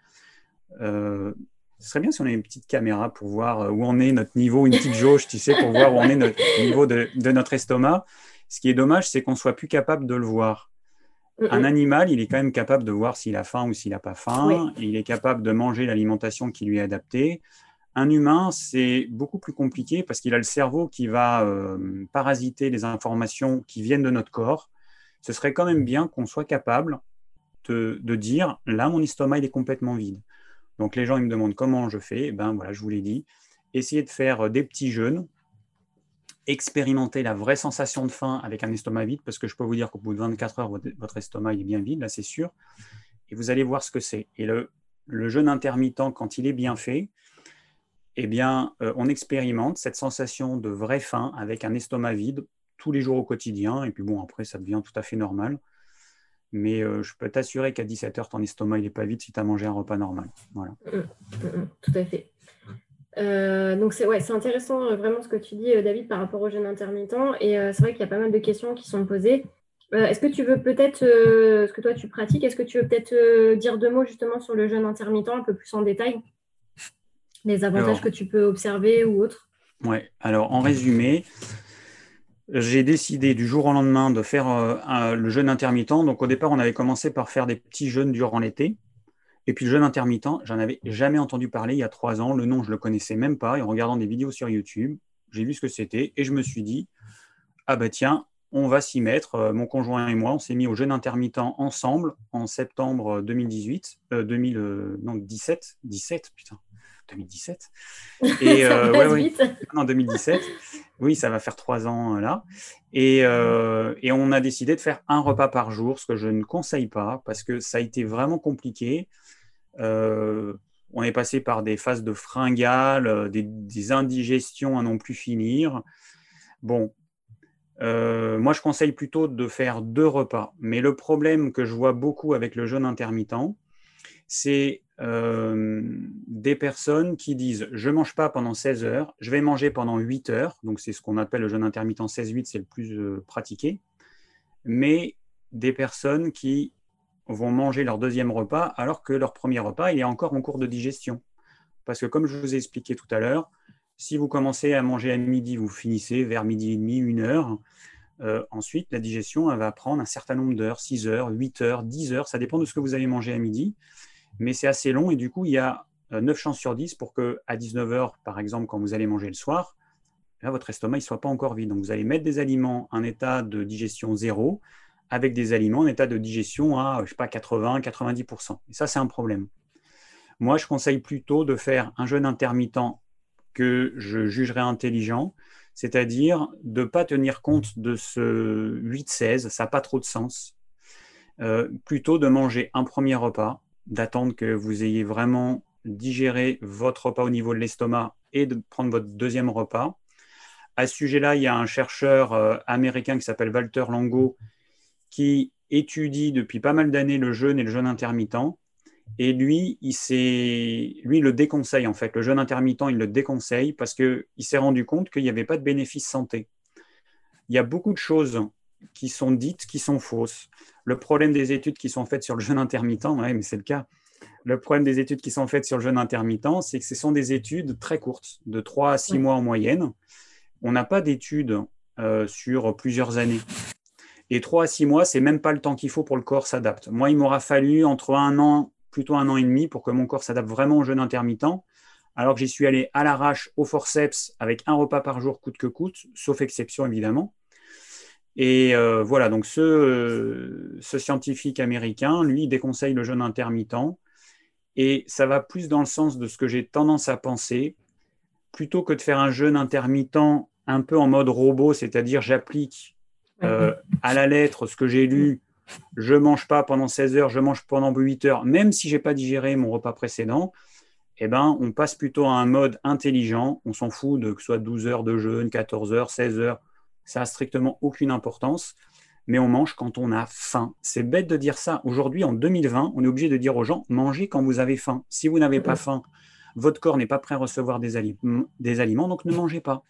Euh, ce serait bien si on avait une petite caméra pour voir où on est notre niveau, une petite jauge, tu sais, pour voir où on est notre niveau de, de notre estomac. Ce qui est dommage c'est qu'on ne soit plus capable de le voir. Un animal, il est quand même capable de voir s'il a faim ou s'il n'a pas faim. Oui. Il est capable de manger l'alimentation qui lui est adaptée. Un humain, c'est beaucoup plus compliqué parce qu'il a le cerveau qui va euh, parasiter les informations qui viennent de notre corps. Ce serait quand même bien qu'on soit capable de, de dire, là, mon estomac, il est complètement vide. Donc, les gens, ils me demandent comment je fais. Eh ben, voilà, je vous l'ai dit. Essayez de faire des petits jeûnes. Expérimenter la vraie sensation de faim avec un estomac vide, parce que je peux vous dire qu'au bout de vingt-quatre heures, votre estomac il est bien vide, là c'est sûr, et vous allez voir ce que c'est. Et le, le jeûne intermittent, quand il est bien fait, eh bien, euh, on expérimente cette sensation de vraie faim avec un estomac vide tous les jours au quotidien, et puis bon, après, ça devient tout à fait normal. Mais euh, je peux t'assurer qu'à dix-sept heures, ton estomac il n'est pas vide si tu as mangé un repas normal. Voilà. Mmh, mmh, tout à fait. Euh, donc c'est ouais, c'est intéressant euh, vraiment ce que tu dis, euh, David, par rapport au jeûne intermittent. Et euh, c'est vrai qu'il y a pas mal de questions qui sont posées. Euh, est-ce que tu veux peut-être, euh, ce que toi tu pratiques, est-ce que tu veux peut-être euh, dire deux mots justement sur le jeûne intermittent un peu plus en détail? Les avantages alors, que tu peux observer ou autres? Ouais, alors en résumé, j'ai décidé du jour au lendemain de faire euh, un, le jeûne intermittent. Donc au départ, on avait commencé par faire des petits jeûnes durant l'été. Et puis le jeûne intermittent, j'en avais jamais entendu parler il y a trois ans. Le nom, je ne le connaissais même pas. Et en regardant des vidéos sur YouTube, j'ai vu ce que c'était. Et je me suis dit, ah bah tiens, on va s'y mettre. Mon conjoint et moi, on s'est mis au jeûne intermittent ensemble en septembre deux mille dix-huit. Euh, deux mille, euh, non, dix-sept. dix-sept, putain. deux mille dix-sept. Et ça euh, passe ouais, vite. Ouais. Non, deux mille dix-sept. Oui, ça va faire trois ans euh, là. Et, euh, et on a décidé de faire un repas par jour, ce que je ne conseille pas parce que ça a été vraiment compliqué. Euh, on est passé par des phases de fringales, des, des indigestions à non plus finir. Bon, euh, moi je conseille plutôt de faire deux repas. Mais le problème que je vois beaucoup avec le jeûne intermittent, c'est euh, des personnes qui disent « je ne mange pas pendant seize heures, je vais manger pendant huit heures », donc c'est ce qu'on appelle le jeûne intermittent seize huit, c'est le plus euh, pratiqué, mais des personnes qui vont manger leur deuxième repas alors que leur premier repas il est encore en cours de digestion. Parce que comme je vous ai expliqué tout à l'heure, si vous commencez à manger à midi, vous finissez vers midi et demi, une heure. Euh, ensuite, la digestion elle va prendre un certain nombre d'heures, six heures, huit heures, dix heures, ça dépend de ce que vous avez mangé à midi, mais c'est assez long et du coup, il y a neuf chances sur dix pour qu'à dix-neuf heures, par exemple, quand vous allez manger le soir, là, votre estomac ne soit pas encore vide. Donc, vous allez mettre des aliments en état de digestion zéro avec des aliments en état de digestion à, je sais pas, quatre-vingts à quatre-vingt-dix pour cent. Et ça, c'est un problème. Moi, je conseille plutôt de faire un jeûne intermittent que je jugerais intelligent, c'est-à-dire de ne pas tenir compte de ce huit seize, ça n'a pas trop de sens. Euh, plutôt de manger un premier repas, d'attendre que vous ayez vraiment digéré votre repas au niveau de l'estomac et de prendre votre deuxième repas. À ce sujet-là, il y a un chercheur euh, américain qui s'appelle Walter Longo qui étudie depuis pas mal d'années le jeûne et le jeûne intermittent. Et lui, il s'est, lui, il le déconseille en fait. Le jeûne intermittent, il le déconseille parce qu'il s'est rendu compte qu'il n'y avait pas de bénéfice santé. Il y a beaucoup de choses qui sont dites qui sont fausses. Le problème des études qui sont faites sur le jeûne intermittent, ouais, mais c'est le cas. Le problème des études qui sont faites sur le jeûne intermittent, c'est que ce sont des études très courtes, de trois à six ouais. mois en moyenne. On n'a pas d'études euh, sur plusieurs années. Et trois à six mois, c'est même pas le temps qu'il faut pour le corps s'adapte. Moi, il m'aura fallu entre un an, plutôt un an et demi, pour que mon corps s'adapte vraiment au jeûne intermittent, alors que j'y suis allé à l'arrache, au forceps, avec un repas par jour, coûte que coûte, sauf exception évidemment. Et euh, voilà, donc ce, euh, ce scientifique américain, lui, il déconseille le jeûne intermittent, et ça va plus dans le sens de ce que j'ai tendance à penser, plutôt que de faire un jeûne intermittent un peu en mode robot, c'est-à-dire j'applique euh, à la lettre ce que j'ai lu, je ne mange pas pendant seize heures, je mange pendant huit heures, même si je n'ai pas digéré mon repas précédent, eh ben, on passe plutôt à un mode intelligent, on s'en fout de que ce soit douze heures de jeûne, quatorze heures, seize heures, ça n'a strictement aucune importance, mais on mange quand on a faim. C'est bête de dire ça. Aujourd'hui, en deux mille vingt, on est obligé de dire aux gens, mangez quand vous avez faim. Si vous n'avez pas faim, votre corps n'est pas prêt à recevoir des, ali- des aliments, donc ne mangez pas.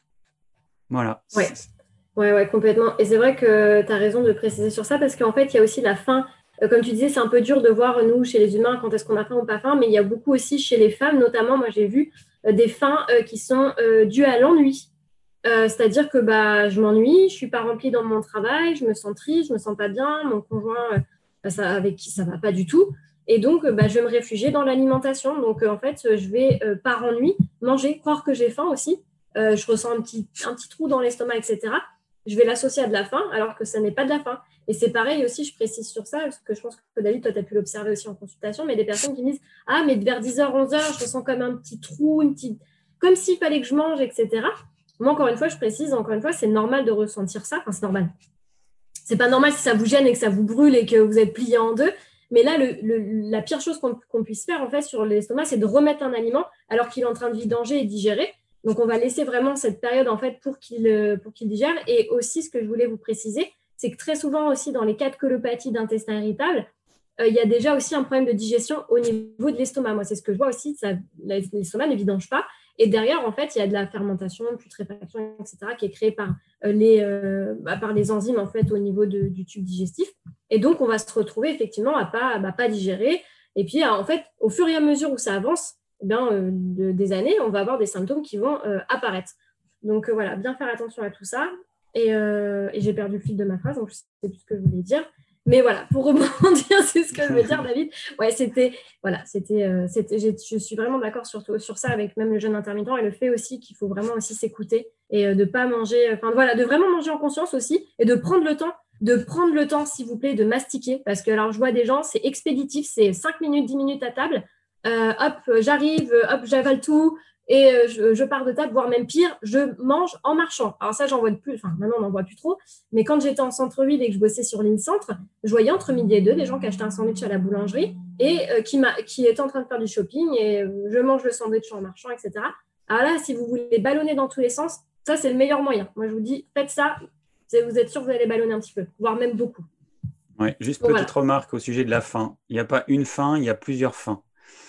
Voilà. Ouais. Ouais, ouais, complètement. Et c'est vrai que tu as raison de préciser sur ça parce qu'en fait, il y a aussi la faim. Euh, comme tu disais, c'est un peu dur de voir, nous, chez les humains, quand est-ce qu'on a faim ou pas faim, mais il y a beaucoup aussi chez les femmes, notamment, moi, j'ai vu euh, des faims euh, qui sont euh, dues à l'ennui. Euh, c'est-à-dire que bah, je m'ennuie, je ne suis pas remplie dans mon travail, je me sens triste, je ne me sens pas bien, mon conjoint, euh, ça, avec qui ça ne va pas du tout. Et donc, euh, bah, je vais me réfugier dans l'alimentation. Donc, euh, en fait, je vais, euh, par ennui, manger, croire que j'ai faim aussi. Euh, je ressens un petit, un petit trou dans l'estomac, et cetera. Je vais l'associer à de la faim alors que ça n'est pas de la faim. Et c'est pareil aussi, je précise sur ça, parce que je pense que David, toi, tu as pu l'observer aussi en consultation, mais des personnes qui me disent « Ah, mais vers dix heures, onze heures, je ressens comme un petit trou, une petite... comme s'il fallait que je mange, et cetera » Moi, encore une fois, je précise, encore une fois, c'est normal de ressentir ça. Enfin, c'est normal. C'est pas normal si ça vous gêne et que ça vous brûle et que vous êtes plié en deux. Mais là, le, le, la pire chose qu'on, qu'on puisse faire, en fait, sur l'estomac, c'est de remettre un aliment alors qu'il est en train de vidanger et digérer. Donc, on va laisser vraiment cette période, en fait, pour qu'il, pour qu'il digère. Et aussi, ce que je voulais vous préciser, c'est que très souvent aussi, dans les cas de colopathie d'intestin irritable, euh, il y a déjà aussi un problème de digestion au niveau de l'estomac. Moi, c'est ce que je vois aussi. Ça, l'estomac ne vidange pas. Et derrière, en fait, il y a de la fermentation, putréfaction, et cetera, qui est créée par, euh, les, euh, bah, par les enzymes, en fait, au niveau de, du tube digestif. Et donc, on va se retrouver, effectivement, à ne pas, bah, pas digérer. Et puis, en fait, au fur et à mesure où ça avance, eh bien, euh, de, des années, on va avoir des symptômes qui vont euh, apparaître. Donc, euh, voilà, bien faire attention à tout ça. Et, euh, et j'ai perdu le fil de ma phrase, donc je ne sais plus ce que je voulais dire. Mais voilà, pour rebondir, c'est ce que je veux dire, David. Ouais, c'était, voilà, c'était, euh, c'était, je suis vraiment d'accord sur, sur ça avec même le jeûne intermittent et le fait aussi qu'il faut vraiment aussi s'écouter et euh, de pas manger, enfin voilà, de vraiment manger en conscience aussi et de prendre le temps, de prendre le temps, s'il vous plaît, de mastiquer. Parce que alors, je vois des gens, c'est expéditif, c'est cinq minutes, dix minutes à table. Euh, hop, j'arrive, hop, j'avale tout. Et euh, je, je pars de table, voire même pire, je mange en marchant. Alors ça, j'en vois de plus, enfin maintenant, on n'en voit plus trop. Mais quand j'étais en centre-ville et que je bossais sur l'Incentre, je voyais entre midi et deux des gens qui achetaient un sandwich à la boulangerie et euh, qui, m'a, qui étaient en train de faire du shopping et euh, je mange le sandwich en marchant, et cetera. Alors là, si vous voulez ballonner dans tous les sens, ça, c'est le meilleur moyen. Moi, je vous dis, faites ça, vous êtes sûr que vous allez ballonner un petit peu, voire même beaucoup. Ouais, juste Donc, petite voilà. remarque au sujet de la faim. Il n'y a pas une faim, il y a plusieurs faims.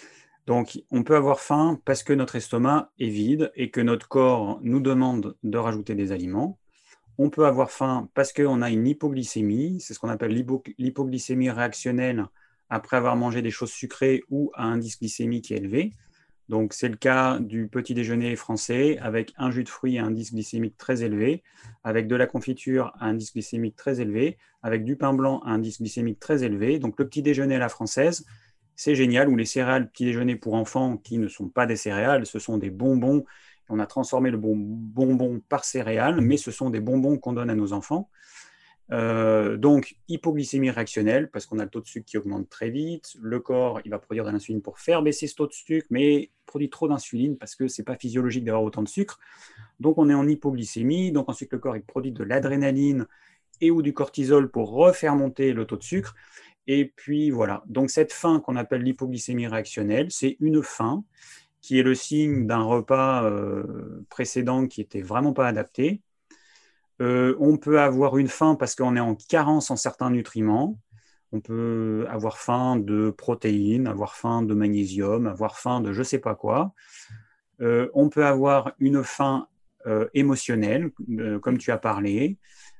Donc, on peut avoir faim parce que notre estomac est vide et que notre corps nous demande de rajouter des aliments. On peut avoir faim parce qu'on a une hypoglycémie, c'est ce qu'on appelle l'hypoglycémie réactionnelle après avoir mangé des choses sucrées ou à indice glycémique élevé. Donc, c'est le cas du petit déjeuner français avec un jus de fruits à indice glycémique très élevé, avec de la confiture à indice glycémique très élevé, avec du pain blanc à indice glycémique très élevé. Donc, le petit déjeuner à la française, c'est génial, ou les céréales petit déjeuner pour enfants qui ne sont pas des céréales, ce sont des bonbons. On a transformé le bonbon par céréales, mais ce sont des bonbons qu'on donne à nos enfants. Euh, donc, hypoglycémie réactionnelle, parce qu'on a le taux de sucre qui augmente très vite. Le corps, il va produire de l'insuline pour faire baisser ce taux de sucre, mais il produit trop d'insuline parce que ce n'est pas physiologique d'avoir autant de sucre. Donc, on est en hypoglycémie. Donc, ensuite, le corps, il produit de l'adrénaline et ou du cortisol pour refaire monter le taux de sucre. Et puis, voilà. Donc, cette faim qu'on appelle l'hypoglycémie réactionnelle, c'est une faim qui est le signe d'un repas euh, précédent qui n'était vraiment pas adapté. Euh, on peut avoir une faim parce qu'on est en carence en certains nutriments. On peut avoir faim de protéines, avoir faim de magnésium, avoir faim de je ne sais pas quoi. Euh, on peut avoir une faim euh, émotionnelle, euh, comme tu as parlé.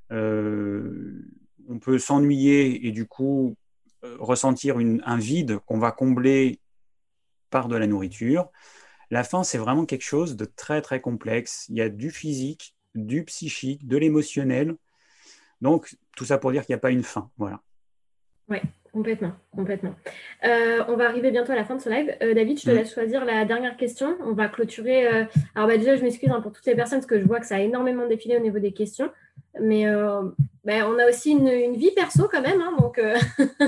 Euh, on peut s'ennuyer et du coup euh, ressentir une, un vide qu'on va combler par de la nourriture. La faim, c'est vraiment quelque chose de très, très complexe. Il y a du physique, du psychique, de l'émotionnel. Donc, tout ça pour dire qu'il n'y a pas une fin. Voilà. Oui, complètement. complètement. Euh, on va arriver bientôt à la fin de ce live. Euh, David, je te mmh. laisse choisir la dernière question. On va clôturer. Euh... Alors, bah, déjà, je m'excuse hein, pour toutes les personnes parce que je vois que ça a énormément défilé au niveau des questions. Mais euh, bah, on a aussi une, une vie perso quand même. Hein, donc, euh...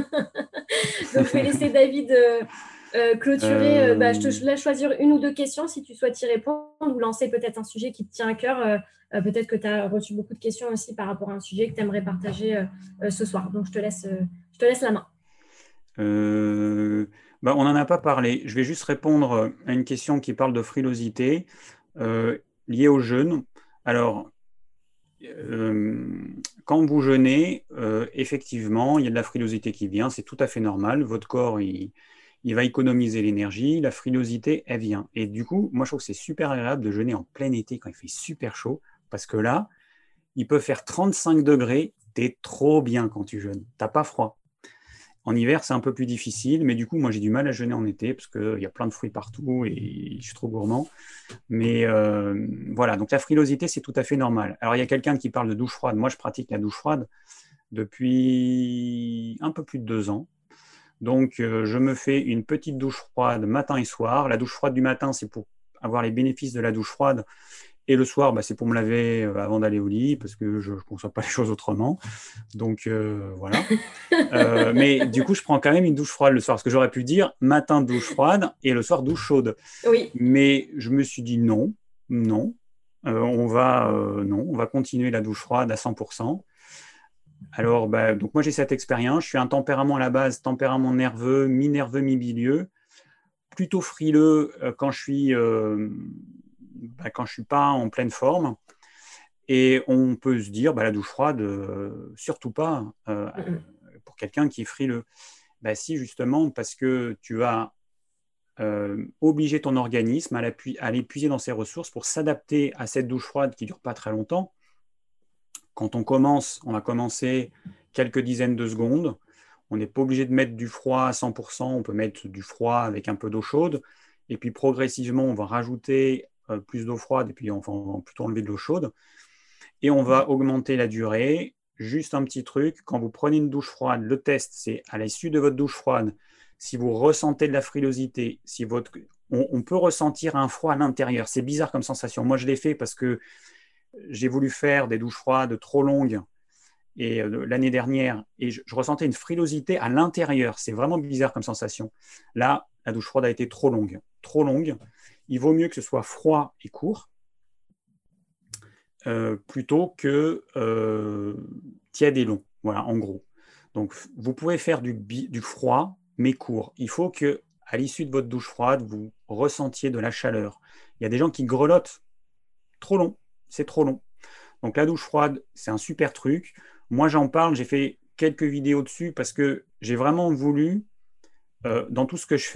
donc, je vais laisser David euh, euh, clôturer. Euh... Bah, je te laisse choisir une ou deux questions si tu souhaites y répondre ou lancer peut-être un sujet qui te tient à cœur. Euh... Euh, peut-être que tu as reçu beaucoup de questions aussi par rapport à un sujet que tu aimerais partager euh, euh, ce soir. Donc, je te laisse, euh, je te laisse la main. Euh, bah, on n'en a pas parlé. Je vais juste répondre à une question qui parle de frilosité euh, liée au jeûne. Alors, euh, quand vous jeûnez, euh, effectivement, il y a de la frilosité qui vient. C'est tout à fait normal. Votre corps, il, il va économiser l'énergie. La frilosité, elle vient. Et du coup, moi, je trouve que c'est super agréable de jeûner en plein été quand il fait super chaud. Parce que là, il peut faire trente-cinq degrés. T'es trop bien quand tu jeûnes. T'as pas froid. En hiver, c'est un peu plus difficile, mais du coup, moi, j'ai du mal à jeûner en été parce qu'il y a plein de fruits partout et je suis trop gourmand. Mais euh, voilà, donc la frilosité, c'est tout à fait normal. Alors, il y a quelqu'un qui parle de douche froide. Moi, je pratique la douche froide depuis un peu plus de deux ans. Donc, euh, je me fais une petite douche froide matin et soir. La douche froide du matin, c'est pour avoir les bénéfices de la douche froide. Et le soir, bah, c'est pour me laver avant d'aller au lit, parce que je ne conçois pas les choses autrement. Donc, euh, voilà. euh, mais du coup, je prends quand même une douche froide le soir, parce que j'aurais pu dire matin douche froide et le soir douche chaude. Oui. Mais je me suis dit non, non. Euh, on va, euh, non, on va continuer la douche froide à cent pour cent. Alors, bah, donc moi, j'ai cette expérience. Je suis un tempérament à la base, tempérament nerveux, mi-nerveux, mi-bilieux. Plutôt frileux euh, quand je suis... Euh, Bah, quand je ne suis pas en pleine forme. Et on peut se dire, bah, la douche froide, euh, surtout pas euh, mm-hmm. pour quelqu'un qui est frileux. Bah, si, justement, parce que tu vas euh, obliger ton organisme à, à l'épuiser dans ses ressources pour s'adapter à cette douche froide qui ne dure pas très longtemps. Quand on commence, on va commencer quelques dizaines de secondes. On n'est pas obligé de mettre du froid à cent pour cent. On peut mettre du froid avec un peu d'eau chaude. Et puis, progressivement, on va rajouter plus d'eau froide et puis enfin, on va plutôt enlever de l'eau chaude et on va augmenter la durée. Juste un petit truc, quand vous prenez une douche froide, le test c'est à l'issue de votre douche froide, si vous ressentez de la frilosité, si votre... on, on peut ressentir un froid à l'intérieur, c'est bizarre comme sensation. Moi je l'ai fait parce que j'ai voulu faire des douches froides trop longues et euh, l'année dernière et je, je ressentais une frilosité à l'intérieur, c'est vraiment bizarre comme sensation. Là, la douche froide a été trop longue, trop longue. Il vaut mieux que ce soit froid et court euh, plutôt que euh, tiède et long. Voilà, en gros. Donc, vous pouvez faire du, du froid, mais court. Il faut que, à l'issue de votre douche froide, vous ressentiez de la chaleur. Il y a des gens qui grelottent. Trop long, c'est trop long. Donc, la douche froide, c'est un super truc. Moi, j'en parle, j'ai fait quelques vidéos dessus parce que j'ai vraiment voulu, euh, dans tout ce que je fais,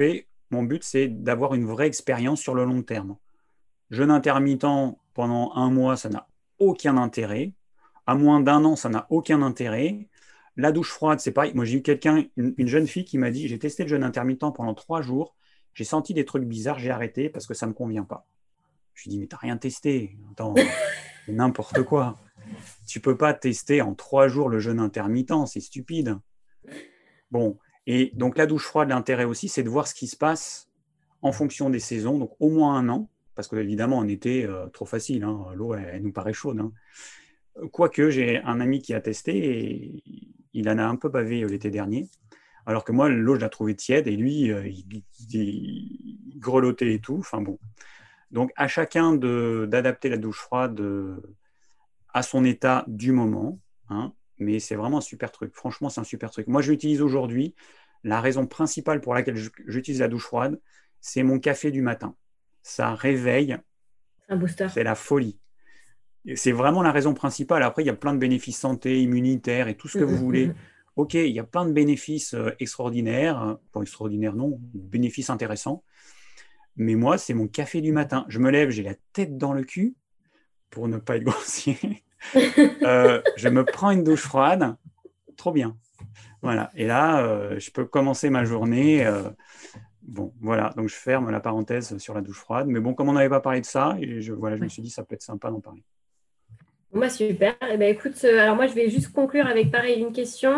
Mon but, c'est d'avoir une vraie expérience sur le long terme. Jeûne intermittent pendant un mois, ça n'a aucun intérêt. À moins d'un an, ça n'a aucun intérêt. La douche froide, c'est pareil. Moi, j'ai eu quelqu'un, une, une jeune fille qui m'a dit, j'ai testé le jeûne intermittent pendant trois jours, j'ai senti des trucs bizarres, j'ai arrêté parce que ça ne me convient pas. Je lui ai dit, mais t'as rien testé. Attends, c'est n'importe quoi. Tu peux pas tester en trois jours le jeûne intermittent, c'est stupide. Bon, et donc la douche froide, l'intérêt aussi, c'est de voir ce qui se passe en fonction des saisons, donc au moins un an, parce qu'évidemment, en été, euh, trop facile, hein, l'eau, elle, elle nous paraît chaude. Hein. Quoique, j'ai un ami qui a testé et il en a un peu bavé l'été dernier, alors que moi, l'eau, je la trouvais tiède et lui, euh, il, il, il grelottait et tout. Enfin bon. Donc, à chacun de, d'adapter la douche froide euh, à son état du moment, hein, mais c'est vraiment un super truc. Franchement, c'est un super truc. Moi, je l'utilise aujourd'hui. La raison principale pour laquelle j'utilise la douche froide, c'est mon café du matin. Ça réveille. Un booster. C'est la folie. C'est vraiment la raison principale. Après, il y a plein de bénéfices santé, immunitaires et tout ce que vous voulez. Ok, il y a plein de bénéfices extraordinaires. Bon, extraordinaires, non, bénéfices intéressants. Mais moi, c'est mon café du matin. Je me lève, j'ai la tête dans le cul, pour ne pas être grossier. euh, je me prends une douche froide. Trop bien. Voilà. Et là, euh, je peux commencer ma journée. Euh, bon, voilà. Donc, je ferme la parenthèse sur la douche froide. Mais bon, comme on n'avait pas parlé de ça, et je, voilà, je me suis dit, ça peut être sympa d'en parler. Bah, super. Eh ben, écoute, euh, alors moi, je vais juste conclure avec pareil une question.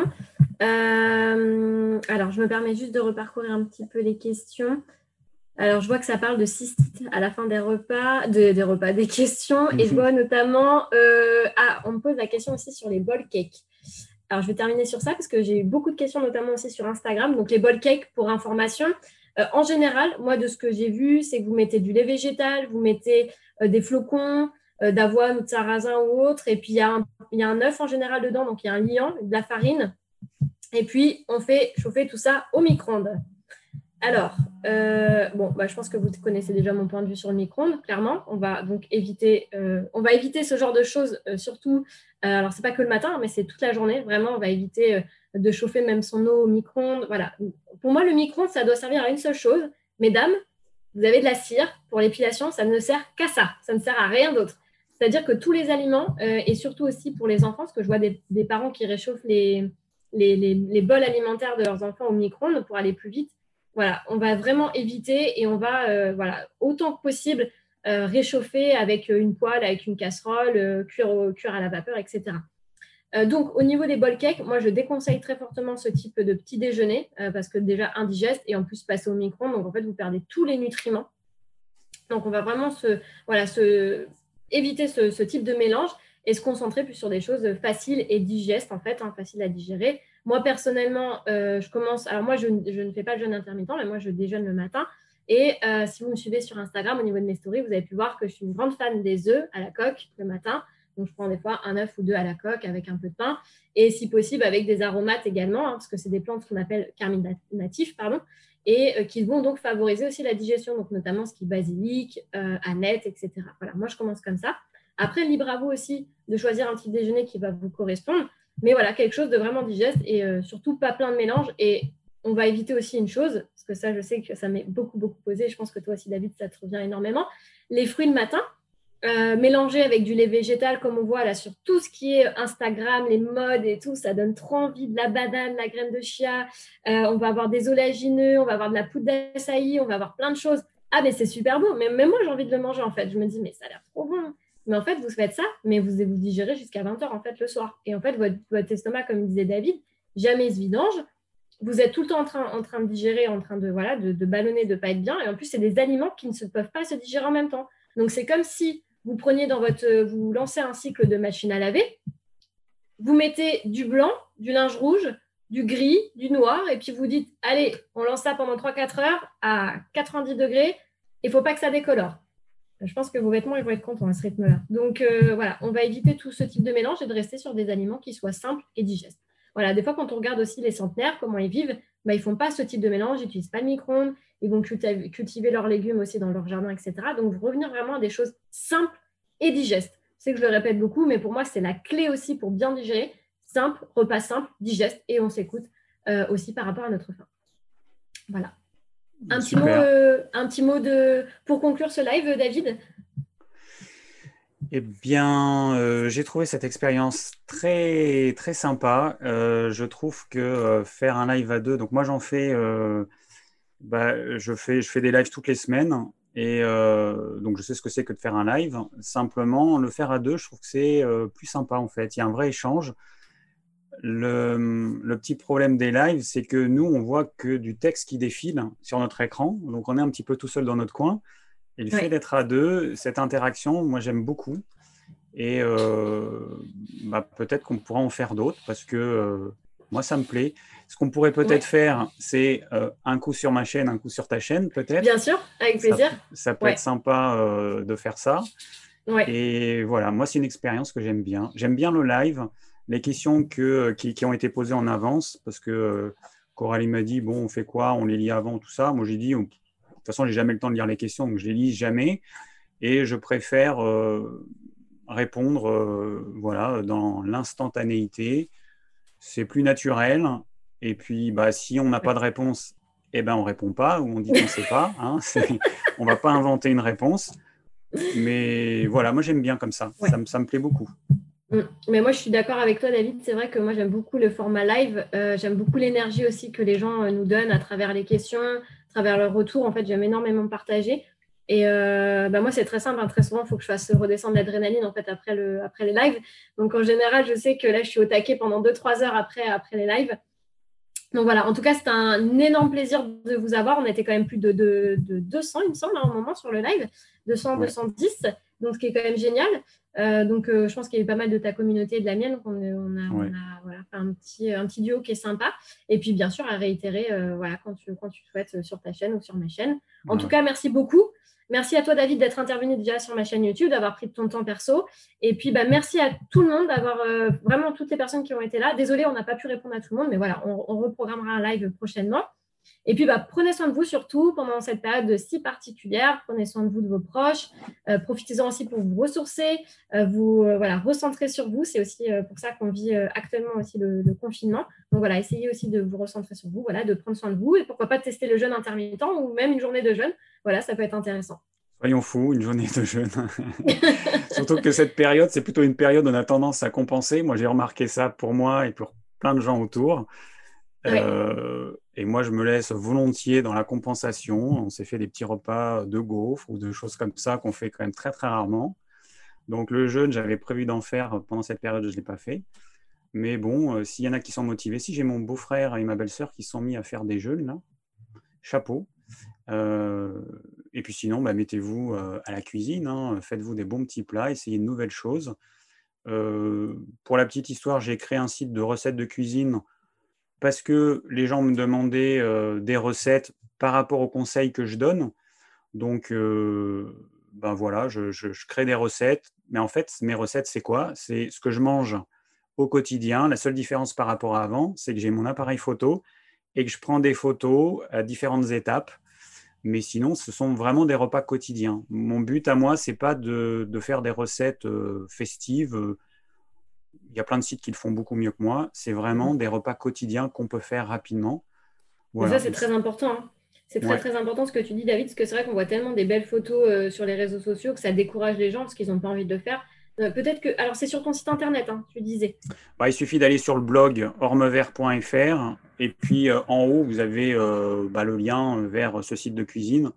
Euh, alors, je me permets juste de reparcourir un petit peu les questions. Alors, je vois que ça parle de cystite à la fin des repas, de, des repas, des questions. Et je vois notamment, euh, ah, on me pose la question aussi sur les ball cakes. Alors, je vais terminer sur ça parce que j'ai eu beaucoup de questions, notamment aussi sur Instagram. Donc, les ball cakes, pour information, euh, en général, moi, de ce que j'ai vu, c'est que vous mettez du lait végétal, vous mettez euh, des flocons euh, d'avoine ou de sarrasin ou autre. Et puis, il y, a un, il y a un œuf en général dedans, donc il y a un liant, de la farine. Et puis, on fait chauffer tout ça au micro-ondes. Alors, euh, bon, bah, je pense que vous connaissez déjà mon point de vue sur le micro-ondes, clairement. On va donc éviter, euh, on va éviter ce genre de choses, euh, surtout, euh, alors c'est pas que le matin, mais c'est toute la journée. Vraiment, on va éviter euh, de chauffer même son eau au micro-ondes. Voilà. Pour moi, le micro-ondes, ça doit servir à une seule chose. Mesdames, vous avez de la cire pour l'épilation, ça ne sert qu'à ça. Ça ne sert à rien d'autre. C'est-à-dire que tous les aliments, euh, et surtout aussi pour les enfants, parce que je vois des, des parents qui réchauffent les, les, les, les bols alimentaires de leurs enfants au micro-ondes pour aller plus vite. Voilà, on va vraiment éviter et on va, euh, voilà, autant que possible, euh, réchauffer avec une poêle, avec une casserole, euh, cuire, au, cuire à la vapeur, et cetera. Euh, donc, au niveau des ball cakes, moi, je déconseille très fortement ce type de petit déjeuner euh, parce que déjà indigeste et en plus passer au micro-ondes. Donc, en fait, vous perdez tous les nutriments. Donc, on va vraiment se, voilà, se, éviter ce, ce type de mélange et se concentrer plus sur des choses faciles et digestes, en fait, hein, faciles à digérer. Moi, personnellement, euh, je commence… Alors, moi, je, je ne fais pas le jeûne intermittent, mais moi, je déjeune le matin. Et euh, si vous me suivez sur Instagram, au niveau de mes stories, vous avez pu voir que je suis une grande fan des œufs à la coque le matin. Donc, je prends des fois un œuf ou deux à la coque avec un peu de pain. Et si possible, avec des aromates également, hein, parce que c'est des plantes qu'on appelle carminatifs, pardon, et euh, qui vont donc favoriser aussi la digestion, donc notamment ce qui est basilic, euh, aneth, et cetera. Voilà, moi, je commence comme ça. Après, libre à vous aussi de choisir un petit déjeuner qui va vous correspondre. Mais voilà, quelque chose de vraiment digeste et euh, surtout pas plein de mélange. Et on va éviter aussi une chose, parce que ça, je sais que ça m'est beaucoup, beaucoup posé. Je pense que toi aussi, David, ça te revient énormément. Les fruits le matin, euh, mélangés avec du lait végétal, comme on voit là sur tout ce qui est Instagram, les modes et tout, ça donne trop envie de la banane, la graine de chia. Euh, on va avoir des oléagineux, on va avoir de la poudre d'açaï, on va avoir plein de choses. Ah, mais c'est super beau. Mais même moi, j'ai envie de le manger, en fait. Je me dis, mais ça a l'air trop bon. Mais en fait, vous faites ça, mais vous vous digérez jusqu'à vingt heures en fait, le soir. Et en fait, votre, votre estomac, comme disait David, jamais se vidange. Vous êtes tout le temps en train, en train de digérer, en train de, voilà, de, de ballonner, de ne pas être bien. Et en plus, c'est des aliments qui ne se, peuvent pas se digérer en même temps. Donc, c'est comme si vous preniez dans votre… Vous lancez un cycle de machine à laver. Vous mettez du blanc, du linge rouge, du gris, du noir. Et puis, vous dites, allez, on lance ça pendant trois à quatre heures à quatre-vingt-dix degrés. Il ne faut pas que ça décolore. Je pense que vos vêtements ils vont être contents à ce rythme-là. Donc, euh, voilà, on va éviter tout ce type de mélange et de rester sur des aliments qui soient simples et digestes. Voilà, des fois, quand on regarde aussi les centenaires, comment ils vivent, bah, ils ne font pas ce type de mélange, ils n'utilisent pas le micro-ondes, ils vont cultiver, cultiver leurs légumes aussi dans leur jardin, et cetera. Donc, revenir vraiment à des choses simples et digestes. Je sais que je le répète beaucoup, mais pour moi, c'est la clé aussi pour bien digérer. Simple, repas simple, digeste, et on s'écoute euh, aussi par rapport à notre faim. Voilà. Un petit mot, Super. euh, un petit mot de... pour conclure ce live, David? Eh bien, euh, j'ai trouvé cette expérience très, très sympa. Euh, je trouve que euh, faire un live à deux, donc moi j'en fais, euh, bah, je fais, je fais des lives toutes les semaines et euh, donc je sais ce que c'est que de faire un live. Simplement, le faire à deux, je trouve que c'est euh, plus sympa en fait. Il y a un vrai échange. Le, le petit problème des lives, c'est que nous, on voit que du texte qui défile sur notre écran, donc on est un petit peu tout seul dans notre coin. Et le fait Ouais. d'être à deux, cette interaction, moi j'aime beaucoup. Et euh, bah, peut-être qu'on pourra en faire d'autres parce que euh, moi, ça me plaît. Ce qu'on pourrait peut-être Ouais. faire, c'est euh, un coup sur ma chaîne, un coup sur ta chaîne, peut-être. Bien sûr, avec Ça, plaisir. ça peut être Ouais. sympa euh, de faire ça. Ouais. Et voilà, moi, c'est une expérience que j'aime bien. J'aime bien le live, les questions que, qui, qui ont été posées en avance parce que euh, Coralie m'a dit, bon, on fait quoi? On les lit avant, tout ça. Moi, j'ai dit, on- de toute façon, j'ai jamais le temps de lire les questions, donc je les lis jamais. Et je préfère euh, répondre euh, voilà, dans l'instantanéité. C'est plus naturel. Et puis, bah, si on n'a pas Ouais. de réponse, eh ben, on ne répond pas ou on dit qu'on ne sait pas. Hein. On ne va pas inventer une réponse. Mais voilà, moi j'aime bien comme ça. Ouais. Ça me, ça me plaît beaucoup. Mm. Mais moi, je suis d'accord avec toi, David. C'est vrai que moi, j'aime beaucoup le format live. Euh, j'aime beaucoup l'énergie aussi que les gens euh, nous donnent à travers les questions, à travers leurs retours. En fait, j'aime énormément partager. Et euh, bah, moi, c'est très simple. Hein. Très souvent, il faut que je fasse redescendre l'adrénaline en fait, après, le, après les lives. Donc, en général, je sais que là, je suis au taquet pendant deux trois heures après, après les lives. Donc voilà, en tout cas, c'était un énorme plaisir de vous avoir. On était quand même plus de, de, de deux cents, il me semble, à un moment sur le live, deux cents, Ouais. deux cent dix, donc ce qui est quand même génial. Euh, donc euh, je pense qu'il y a eu pas mal de ta communauté et de la mienne, donc on, on a, on Ouais. a voilà, fait un petit, un petit duo qui est sympa. Et puis bien sûr, à réitérer euh, voilà, quand, tu, quand tu souhaites euh, sur ta chaîne ou sur ma chaîne. En tout Ouais. cas, merci beaucoup. Merci à toi, David, d'être intervenu déjà sur ma chaîne YouTube, d'avoir pris de ton temps perso. Et puis, bah, merci à tout le monde d'avoir euh, vraiment toutes les personnes qui ont été là. Désolée, on n'a pas pu répondre à tout le monde, mais voilà, on, on reprogrammera un live prochainement. Et puis, bah, prenez soin de vous surtout pendant cette période si particulière. Prenez soin de vous, de vos proches. Euh, profitez-en aussi pour vous ressourcer, euh, vous euh, voilà, recentrer sur vous. C'est aussi euh, pour ça qu'on vit euh, actuellement aussi le, le confinement. Donc voilà, essayez aussi de vous recentrer sur vous, voilà, de prendre soin de vous et pourquoi pas tester le jeûne intermittent ou même une journée de jeûne. Voilà, ça peut être intéressant. Soyons fous, une journée de jeûne. Surtout que cette période, c'est plutôt une période où on a tendance à compenser. Moi, j'ai remarqué ça pour moi et pour plein de gens autour. Ouais. Euh, et moi, je me laisse volontiers dans la compensation. On s'est fait des petits repas de gaufres ou de choses comme ça qu'on fait quand même très, très rarement. Donc, le jeûne, j'avais prévu d'en faire pendant cette période, je ne l'ai pas fait. Mais bon, euh, s'il y en a qui sont motivés, si j'ai mon beau-frère et ma belle-sœur qui sont mis à faire des jeûnes, là, chapeau. Euh, et puis sinon, bah, mettez-vous euh, à la cuisine, hein, faites-vous des bons petits plats, essayez de nouvelles choses. Euh, pour la petite histoire, j'ai créé un site de recettes de cuisine parce que les gens me demandaient euh, des recettes par rapport aux conseils que je donne. Donc, euh, ben voilà, je, je, je, crée des recettes. Mais en fait, mes recettes, c'est quoi? C'est ce que je mange au quotidien. La seule différence par rapport à avant, c'est que j'ai mon appareil photo et que je prends des photos à différentes étapes. Mais sinon, ce sont vraiment des repas quotidiens. Mon but à moi, c'est pas de, de, faire des recettes euh, festives. Il y a plein de sites qui le font beaucoup mieux que moi. C'est vraiment des repas quotidiens qu'on peut faire rapidement. Mais ça, Voilà. c'est très important. Hein. C'est très, Ouais. très important ce que tu dis, David, parce que c'est vrai qu'on voit tellement des belles photos euh, sur les réseaux sociaux que ça décourage les gens parce qu'ils n'ont pas envie de le faire. Euh, peut-être que. Alors, c'est sur ton site internet, hein, tu disais. Bah, il suffit d'aller sur le blog ormevert point f r et puis euh, en haut, vous avez euh, bah, le lien vers ce site de cuisine.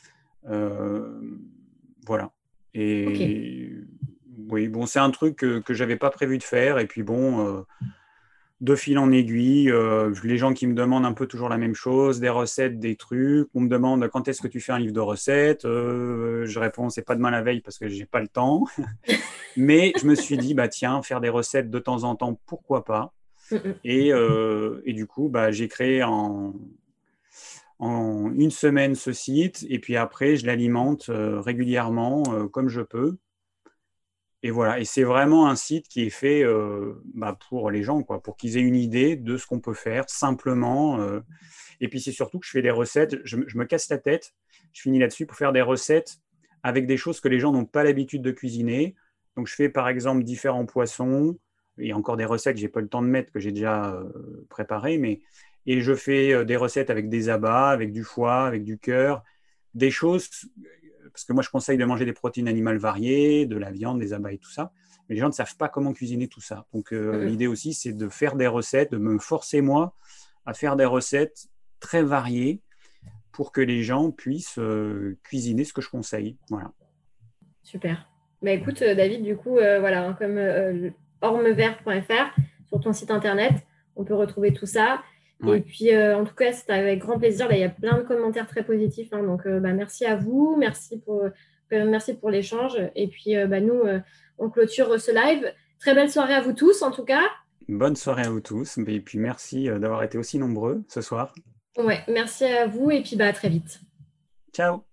Euh, voilà. Ok. Et oui, bon, c'est un truc que, que je n'avais pas prévu de faire. Et puis bon, euh, de fil en aiguille, euh, les gens qui me demandent un peu toujours la même chose, des recettes, des trucs. On me demande quand est-ce que tu fais un livre de recettes. Euh, je réponds, c'est pas demain la veille parce que j'ai pas le temps. Mais je me suis dit, bah tiens, faire des recettes de temps en temps, pourquoi pas. Mm -mm. Et, euh, et du coup, bah, j'ai créé en, en une semaine ce site. Et puis après, je l'alimente euh, régulièrement euh, comme je peux. Et voilà, et c'est vraiment un site qui est fait euh, bah, pour les gens, quoi, pour qu'ils aient une idée de ce qu'on peut faire simplement. Euh. Et puis c'est surtout que je fais des recettes, je, je me casse la tête, je finis là-dessus pour faire des recettes avec des choses que les gens n'ont pas l'habitude de cuisiner. Donc je fais par exemple différents poissons, il y a encore des recettes que j'ai pas le temps de mettre, que j'ai déjà euh, préparées, mais Et je fais des recettes avec des abats, avec du foie, avec du cœur, des choses, parce que moi je conseille de manger des protéines animales variées, de la viande, des abats et tout ça, mais les gens ne savent pas comment cuisiner tout ça. Donc euh, l'idée aussi, c'est de faire des recettes, de me forcer moi à faire des recettes très variées pour que les gens puissent euh, cuisiner ce que je conseille. Voilà. Super. Bah, écoute, euh, David, du coup, euh, voilà, hein, comme euh, ormevert point f r, sur ton site internet, on peut retrouver tout ça. Ouais. Et puis, euh, en tout cas, c'était avec grand plaisir. Là, il y a plein de commentaires très positifs. Hein, donc, euh, bah, merci à vous. Merci pour, euh, merci pour l'échange. Et puis, euh, bah, nous, euh, on clôture ce live. Très belle soirée à vous tous, en tout cas. Bonne soirée à vous tous. Et puis, merci d'avoir été aussi nombreux ce soir. Ouais, merci à vous. Et puis, bah, à très vite. Ciao.